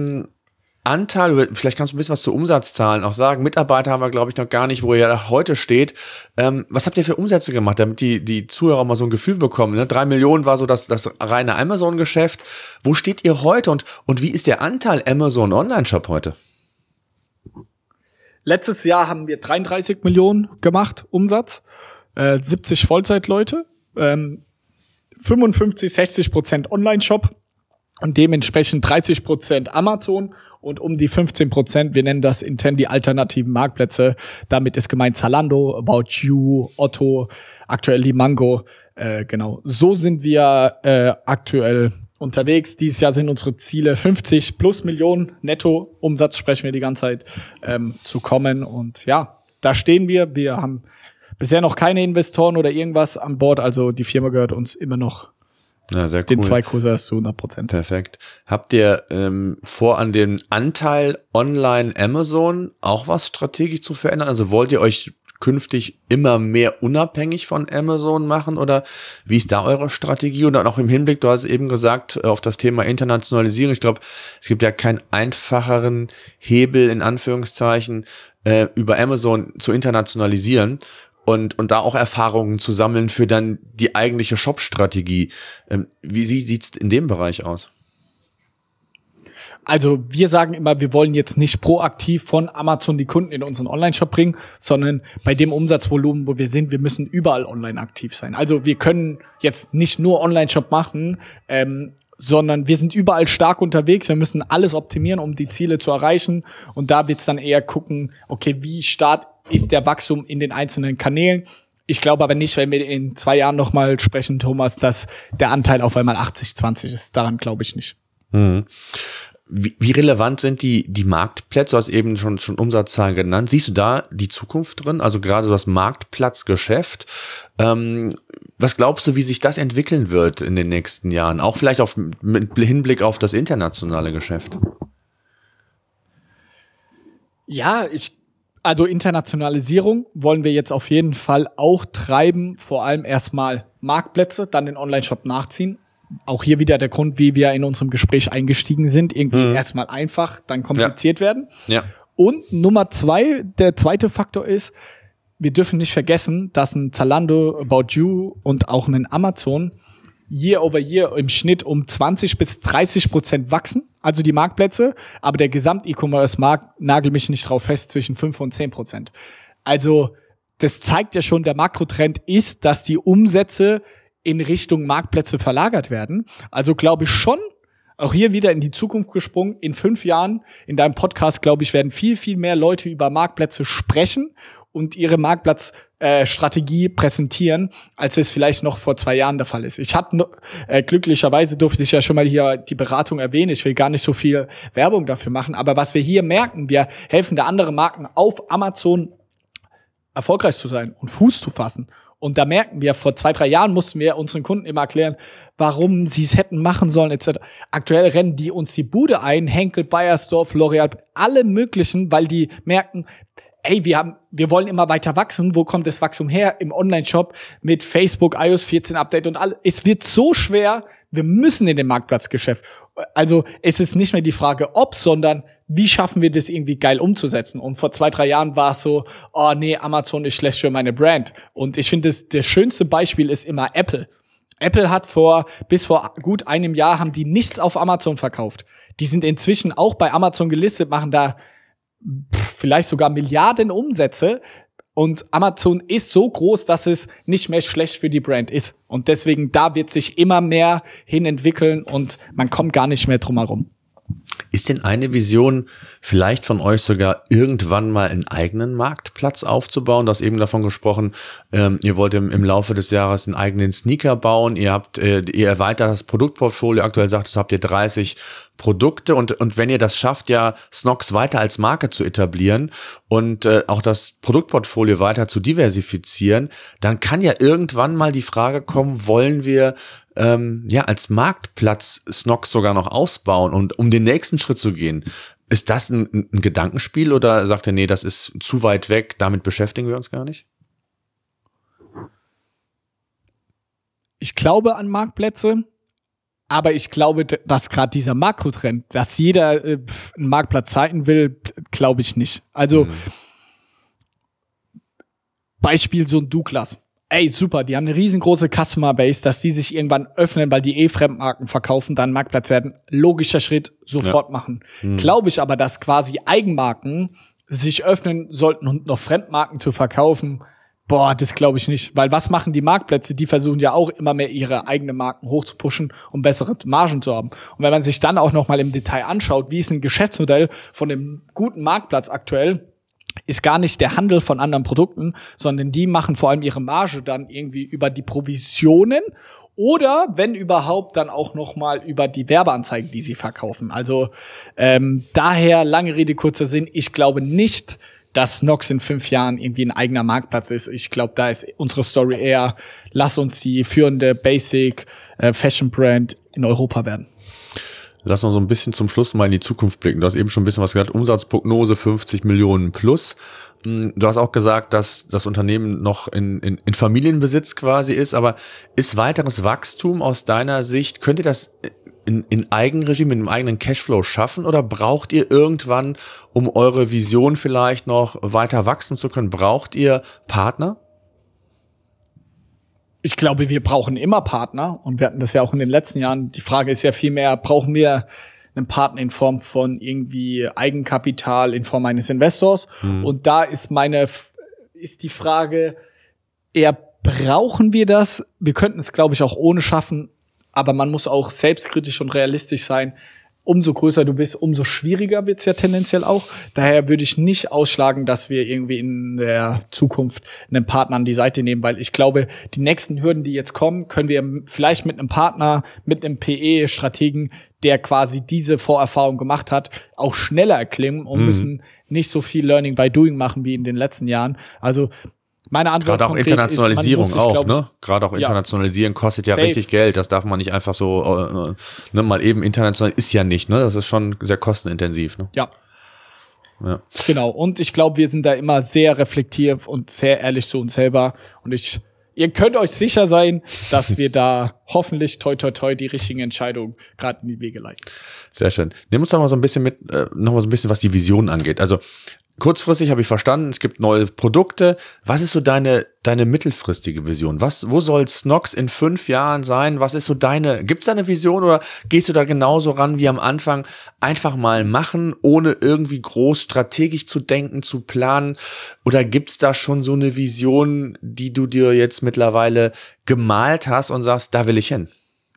Anteil, vielleicht kannst du ein bisschen was zu Umsatzzahlen auch sagen, Mitarbeiter haben wir glaube ich noch gar nicht, wo ihr da heute steht. Was habt ihr für Umsätze gemacht, damit die Zuhörer mal so ein Gefühl bekommen? Ne? 3 Millionen war so das reine Amazon-Geschäft. Wo steht ihr heute und wie ist der Anteil Amazon Online-Shop heute? Letztes Jahr haben wir 33 Millionen gemacht, Umsatz, 70 Vollzeitleute, 55-60% Online-Shop und dementsprechend 30% Amazon und um die 15%, wir nennen das intern die alternativen Marktplätze. Damit ist gemeint Zalando, About You, Otto, aktuell Limango. Genau, so sind wir aktuell unterwegs. Dieses Jahr sind unsere Ziele 50 plus Millionen Netto-Umsatz, sprechen wir die ganze Zeit, zu kommen. Und ja, da stehen wir. Wir haben bisher noch keine Investoren oder irgendwas an Bord, also die Firma gehört uns immer noch Ja, sehr cool. Den 2-Kurser ist zu 100%. Perfekt. Habt ihr vor, an dem Anteil online Amazon auch was strategisch zu verändern? Also wollt ihr euch künftig immer mehr unabhängig von Amazon machen oder wie ist da eure Strategie? Und dann auch im Hinblick, du hast eben gesagt, auf das Thema Internationalisierung. Ich glaube, es gibt ja keinen einfacheren Hebel in Anführungszeichen über Amazon zu internationalisieren. Und da auch Erfahrungen zu sammeln für dann die eigentliche Shop-Strategie. Wie sieht's in dem Bereich aus? Also wir sagen immer, wir wollen jetzt nicht proaktiv von Amazon die Kunden in unseren Online-Shop bringen, sondern bei dem Umsatzvolumen, wo wir sind, wir müssen überall online aktiv sein. Also wir können jetzt nicht nur Online-Shop machen, sondern wir sind überall stark unterwegs. Wir müssen alles optimieren, um die Ziele zu erreichen. Und da wird's dann eher gucken, okay, wie stark ist der Wachstum in den einzelnen Kanälen. Ich glaube aber nicht, wenn wir in 2 Jahren nochmal sprechen, Thomas, dass der Anteil auf einmal 80-20 ist. Daran glaube ich nicht. Mhm. Wie relevant sind die Marktplätze? Du hast eben schon Umsatzzahlen genannt. Siehst du da die Zukunft drin? Also gerade so das Marktplatzgeschäft. Was glaubst du, wie sich das entwickeln wird in den nächsten Jahren? Auch vielleicht mit Hinblick auf das internationale Geschäft. Ja, also Internationalisierung wollen wir jetzt auf jeden Fall auch treiben. Vor allem erstmal Marktplätze, dann den Online-Shop nachziehen. Auch hier wieder der Grund, wie wir in unserem Gespräch eingestiegen sind. Irgendwie erstmal einfach, dann kompliziert werden. Ja. Und Nummer 2, der zweite Faktor ist, wir dürfen nicht vergessen, dass ein Zalando, About You und auch ein Amazon year over year im Schnitt um 20-30% wachsen, also die Marktplätze, aber der Gesamt-E-Commerce-Markt, nagel mich nicht drauf fest, zwischen 5 und 10%. Also das zeigt ja schon, der Makrotrend ist, dass die Umsätze in Richtung Marktplätze verlagert werden. Also glaube ich schon, auch hier wieder in die Zukunft gesprungen, in 5 Jahren in deinem Podcast, glaube ich, werden viel, viel mehr Leute über Marktplätze sprechen und ihre Marktplatzstrategie präsentieren, als es vielleicht noch vor 2 Jahren der Fall ist. Ich hatte glücklicherweise durfte ich ja schon mal hier die Beratung erwähnen. Ich will gar nicht so viel Werbung dafür machen, aber was wir hier merken, wir helfen der anderen Marken auf Amazon erfolgreich zu sein und Fuß zu fassen. Und da merken wir, vor 2-3 Jahren mussten wir unseren Kunden immer erklären, warum sie es hätten machen sollen, etc. Aktuell rennen die uns die Bude ein, Henkel, Beiersdorf, L'Oreal, alle möglichen, weil die merken, ey, wir wollen immer weiter wachsen. Wo kommt das Wachstum her? Im Online-Shop mit Facebook, iOS 14 Update und alles. Es wird so schwer, wir müssen in den Marktplatzgeschäft. Also es ist nicht mehr die Frage, ob, sondern wie schaffen wir das irgendwie geil umzusetzen? Und vor 2-3 Jahren war es so, oh nee, Amazon ist schlecht für meine Brand. Und ich finde, das schönste Beispiel ist immer Apple. Apple hat bis vor gut einem Jahr haben die nichts auf Amazon verkauft. Die sind inzwischen auch bei Amazon gelistet, machen da vielleicht sogar Milliarden Umsätze. Und Amazon ist so groß, dass es nicht mehr schlecht für die Brand ist. Und deswegen, da wird sich immer mehr hin entwickeln und man kommt gar nicht mehr drum herum. Ist denn eine Vision vielleicht von euch sogar irgendwann mal einen eigenen Marktplatz aufzubauen? Du hast eben davon gesprochen, ihr wollt im Laufe des Jahres einen eigenen Sneaker bauen, ihr erweitert das Produktportfolio, aktuell sagt, habt ihr 30 Produkte und wenn ihr das schafft, ja Snox weiter als Marke zu etablieren und auch das Produktportfolio weiter zu diversifizieren, dann kann ja irgendwann mal die Frage kommen, wollen wir als Marktplatz Snox sogar noch ausbauen und um den nächsten Schritt zu gehen. Ist das ein Gedankenspiel oder sagt ihr, nee, das ist zu weit weg, damit beschäftigen wir uns gar nicht? Ich glaube an Marktplätze, aber ich glaube, dass gerade dieser Makrotrend, dass jeder einen Marktplatz zeigen will, glaube ich nicht. Also Beispiel so ein Douglas. Ey, super, die haben eine riesengroße Customer Base, dass die sich irgendwann öffnen, weil die Fremdmarken verkaufen, dann Marktplatz werden. Logischer Schritt, sofort machen. Glaube ich aber, dass quasi Eigenmarken sich öffnen sollten und noch Fremdmarken zu verkaufen, das glaube ich nicht. Weil was machen die Marktplätze? Die versuchen ja auch immer mehr ihre eigenen Marken hochzupushen, um bessere Margen zu haben. Und wenn man sich dann auch noch mal im Detail anschaut, wie ist ein Geschäftsmodell von einem guten Marktplatz aktuell, ist gar nicht der Handel von anderen Produkten, sondern die machen vor allem ihre Marge dann irgendwie über die Provisionen oder, wenn überhaupt, dann auch noch mal über die Werbeanzeigen, die sie verkaufen. Also daher, lange Rede, kurzer Sinn, ich glaube nicht, dass Snox in 5 Jahren irgendwie ein eigener Marktplatz ist. Ich glaube, da ist unsere Story eher, lass uns die führende Basic Fashion Brand in Europa werden. Lass uns so ein bisschen zum Schluss mal in die Zukunft blicken. Du hast eben schon ein bisschen was gesagt, Umsatzprognose 50 Millionen plus. Du hast auch gesagt, dass das Unternehmen noch in Familienbesitz quasi ist, aber ist weiteres Wachstum aus deiner Sicht, könnt ihr das in Eigenregie mit einem eigenen Cashflow schaffen oder braucht ihr irgendwann, um eure Vision vielleicht noch weiter wachsen zu können, braucht ihr Partner? Ich glaube, wir brauchen immer Partner und wir hatten das ja auch in den letzten Jahren. Die Frage ist ja vielmehr, brauchen wir einen Partner in Form von irgendwie Eigenkapital, in Form eines Investors? Und da ist die Frage, eher brauchen wir das? Wir könnten es, glaube ich, auch ohne schaffen, aber man muss auch selbstkritisch und realistisch sein. Umso größer du bist, umso schwieriger wird's ja tendenziell auch. Daher würde ich nicht ausschlagen, dass wir irgendwie in der Zukunft einen Partner an die Seite nehmen, weil ich glaube, die nächsten Hürden, die jetzt kommen, können wir vielleicht mit einem Partner, mit einem PE-Strategen, der quasi diese Vorerfahrung gemacht hat, auch schneller erklimmen und müssen nicht so viel Learning by Doing machen wie in den letzten Jahren. Also meine Antwort gerade auch Internationalisierung ist, auch, ne? Gerade auch Internationalisieren kostet ja richtig Geld. Das darf man nicht einfach so mal eben international ist ja nicht, ne? Das ist schon sehr kostenintensiv, ne? Ja. Genau. Und ich glaube, wir sind da immer sehr reflektiert und sehr ehrlich zu uns selber. Und ihr könnt euch sicher sein, dass wir da hoffentlich toi toi toi die richtigen Entscheidungen gerade in die Wege leiten. Sehr schön. Nimm uns doch mal so ein bisschen mit, was die Vision angeht. Also kurzfristig habe ich verstanden, es gibt neue Produkte. Was ist so deine mittelfristige Vision? Wo soll Snox in 5 Jahren sein? Was ist so gibt's da eine Vision oder gehst du da genauso ran wie am Anfang? Einfach mal machen, ohne irgendwie groß strategisch zu denken, zu planen? Oder gibt's da schon so eine Vision, die du dir jetzt mittlerweile gemalt hast und sagst, da will ich hin?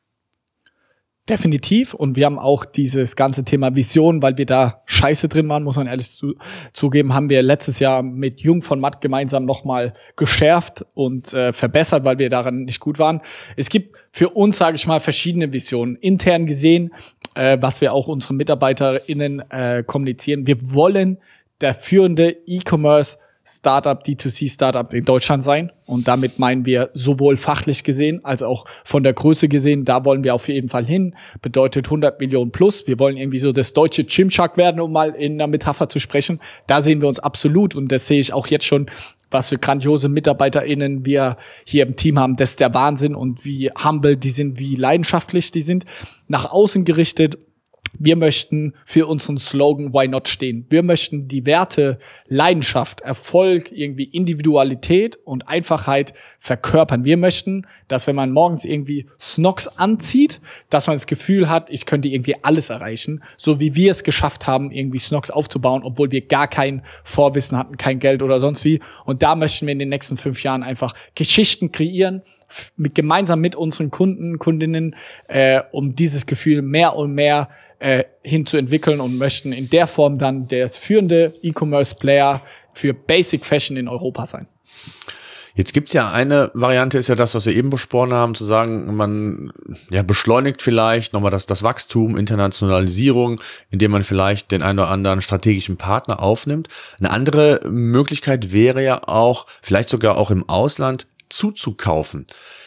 Definitiv. Und wir haben auch dieses ganze Thema Vision, weil wir da scheiße drin waren, muss man ehrlich zugeben, haben wir letztes Jahr mit Jung von Matt gemeinsam nochmal geschärft und verbessert, weil wir daran nicht gut waren. Es gibt für uns, sage ich mal, verschiedene Visionen. Intern gesehen, was wir auch unseren MitarbeiterInnen kommunizieren. Wir wollen der führende E-Commerce Startup, D2C-Startup in Deutschland sein. Und damit meinen wir sowohl fachlich gesehen als auch von der Größe gesehen. Da wollen wir auf jeden Fall hin. Bedeutet 100 Millionen plus. Wir wollen irgendwie so das deutsche Gymshark werden, um mal in einer Metapher zu sprechen. Da sehen wir uns absolut. Und das sehe ich auch jetzt schon, was für grandiose MitarbeiterInnen wir hier im Team haben. Das ist der Wahnsinn. Und wie humble die sind, wie leidenschaftlich die sind. Nach außen gerichtet. Wir möchten für unseren Slogan Why Not stehen. Wir möchten die Werte Leidenschaft, Erfolg, irgendwie Individualität und Einfachheit verkörpern. Wir möchten, dass wenn man morgens irgendwie Snox anzieht, dass man das Gefühl hat, ich könnte irgendwie alles erreichen, so wie wir es geschafft haben, irgendwie Snox aufzubauen, obwohl wir gar kein Vorwissen hatten, kein Geld oder sonst wie. Und da möchten wir in den nächsten 5 Jahren einfach Geschichten kreieren, gemeinsam mit unseren Kunden, Kundinnen, um dieses Gefühl mehr und mehr hinzuentwickeln und möchten in der Form dann der führende E-Commerce-Player für Basic Fashion in Europa sein. Jetzt gibt's ja eine Variante, ist ja das, was wir eben besprochen haben, zu sagen, man beschleunigt vielleicht nochmal das Wachstum, Internationalisierung, indem man vielleicht den einen oder anderen strategischen Partner aufnimmt. Eine andere Möglichkeit wäre ja auch, vielleicht sogar auch im Ausland zuzukaufen.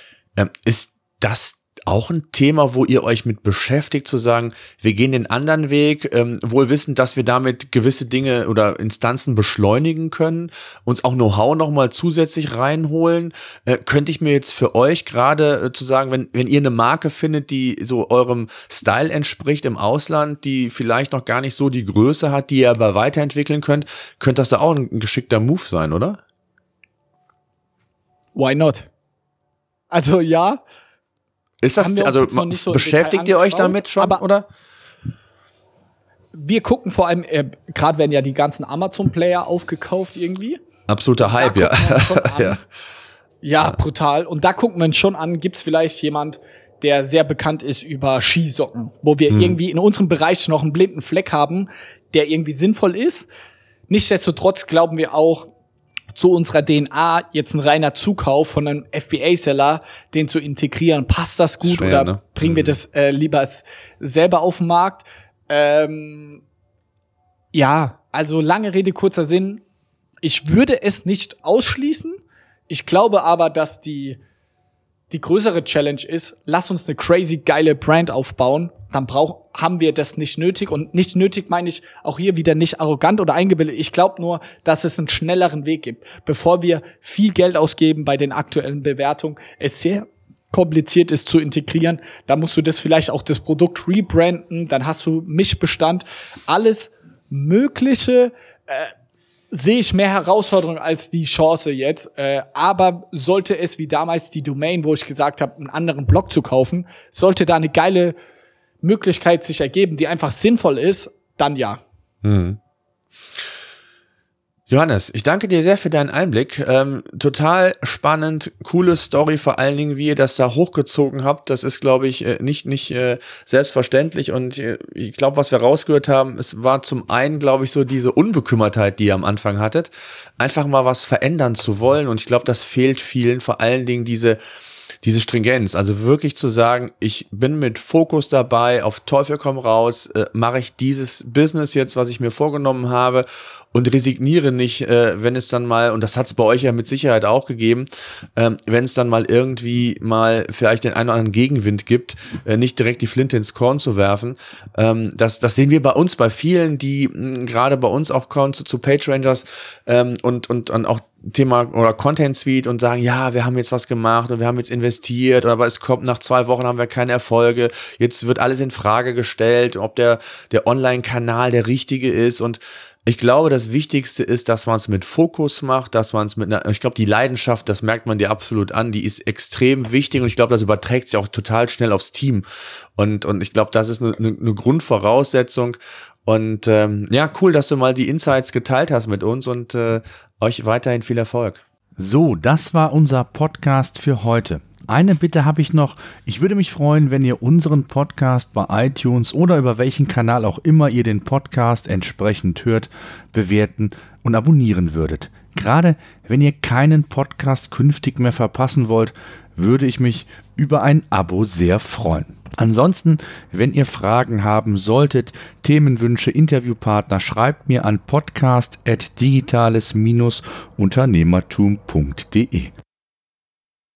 Ist das auch ein Thema, wo ihr euch mit beschäftigt, zu sagen, wir gehen den anderen Weg, wohl wissend, dass wir damit gewisse Dinge oder Instanzen beschleunigen können, uns auch Know-how nochmal zusätzlich reinholen? Könnte ich mir jetzt für euch gerade zu sagen, wenn ihr eine Marke findet, die so eurem Style entspricht im Ausland, die vielleicht noch gar nicht so die Größe hat, die ihr aber weiterentwickeln könnt, könnte das da auch ein geschickter Move sein, oder? Why not? Also ja. Ist das, also so beschäftigt ihr euch damit schon, oder? Wir gucken vor allem, gerade werden ja die ganzen Amazon-Player aufgekauft irgendwie. Absoluter Hype, ja. Ja, brutal. Und da gucken wir uns schon an, gibt's vielleicht jemand, der sehr bekannt ist über Skisocken, wo wir irgendwie in unserem Bereich noch einen blinden Fleck haben, der irgendwie sinnvoll ist. Nichtsdestotrotz glauben wir auch, zu unserer DNA jetzt ein reiner Zukauf von einem FBA-Seller, den zu integrieren, passt das gut schwer, oder ne? Bringen wir das lieber selber auf den Markt? Ja, also lange Rede, kurzer Sinn. Ich würde es nicht ausschließen. Ich glaube aber, dass die größere Challenge ist, lass uns eine crazy geile Brand aufbauen, dann haben wir das nicht nötig. Und nicht nötig meine ich auch hier wieder nicht arrogant oder eingebildet. Ich glaube nur, dass es einen schnelleren Weg gibt. Bevor wir viel Geld ausgeben bei den aktuellen Bewertungen, es sehr kompliziert ist zu integrieren, da musst du vielleicht auch das Produkt rebranden, dann hast du Mischbestand, alles Mögliche, sehe ich mehr Herausforderungen als die Chance jetzt. Aber sollte es wie damals die Domain, wo ich gesagt habe, einen anderen Blog zu kaufen, sollte da eine geile Möglichkeit sich ergeben, die einfach sinnvoll ist, dann ja. Johannes, ich danke dir sehr für deinen Einblick. Total spannend, coole Story, vor allen Dingen, wie ihr das da hochgezogen habt. Das ist, glaube ich, nicht selbstverständlich. Und ich glaube, was wir rausgehört haben, es war zum einen, glaube ich, so diese Unbekümmertheit, die ihr am Anfang hattet, einfach mal was verändern zu wollen. Und ich glaube, das fehlt vielen, vor allen Dingen diese Stringenz, also wirklich zu sagen, ich bin mit Fokus dabei, auf Teufel komm raus, mache ich dieses Business jetzt, was ich mir vorgenommen habe und resigniere nicht, wenn es dann mal, und das hat es bei euch ja mit Sicherheit auch gegeben, wenn es dann mal irgendwie mal vielleicht den einen oder anderen Gegenwind gibt, nicht direkt die Flinte ins Korn zu werfen. Das sehen wir bei uns, bei vielen, die gerade bei uns auch kommen zu PageRangers und auch Thema oder Content Suite und sagen, ja, wir haben jetzt was gemacht und wir haben jetzt investiert, aber es kommt nach 2 Wochen, haben wir keine Erfolge, jetzt wird alles in Frage gestellt, ob der Online-Kanal der richtige ist. Und ich glaube, das Wichtigste ist, dass man es mit Fokus macht, dass man es ich glaube, die Leidenschaft, das merkt man dir absolut an, die ist extrem wichtig und ich glaube, das überträgt sich auch total schnell aufs Team. Und ich glaube, das ist eine Grundvoraussetzung. Und ja, cool, dass du mal die Insights geteilt hast mit uns und euch weiterhin viel Erfolg. So, das war unser Podcast für heute. Eine Bitte habe ich noch. Ich würde mich freuen, wenn ihr unseren Podcast bei iTunes oder über welchen Kanal auch immer ihr den Podcast entsprechend hört, bewerten und abonnieren würdet. Gerade wenn ihr keinen Podcast künftig mehr verpassen wollt, würde ich mich über ein Abo sehr freuen. Ansonsten, wenn ihr Fragen haben solltet, Themenwünsche, Interviewpartner, schreibt mir an podcast@digitales-unternehmertum.de.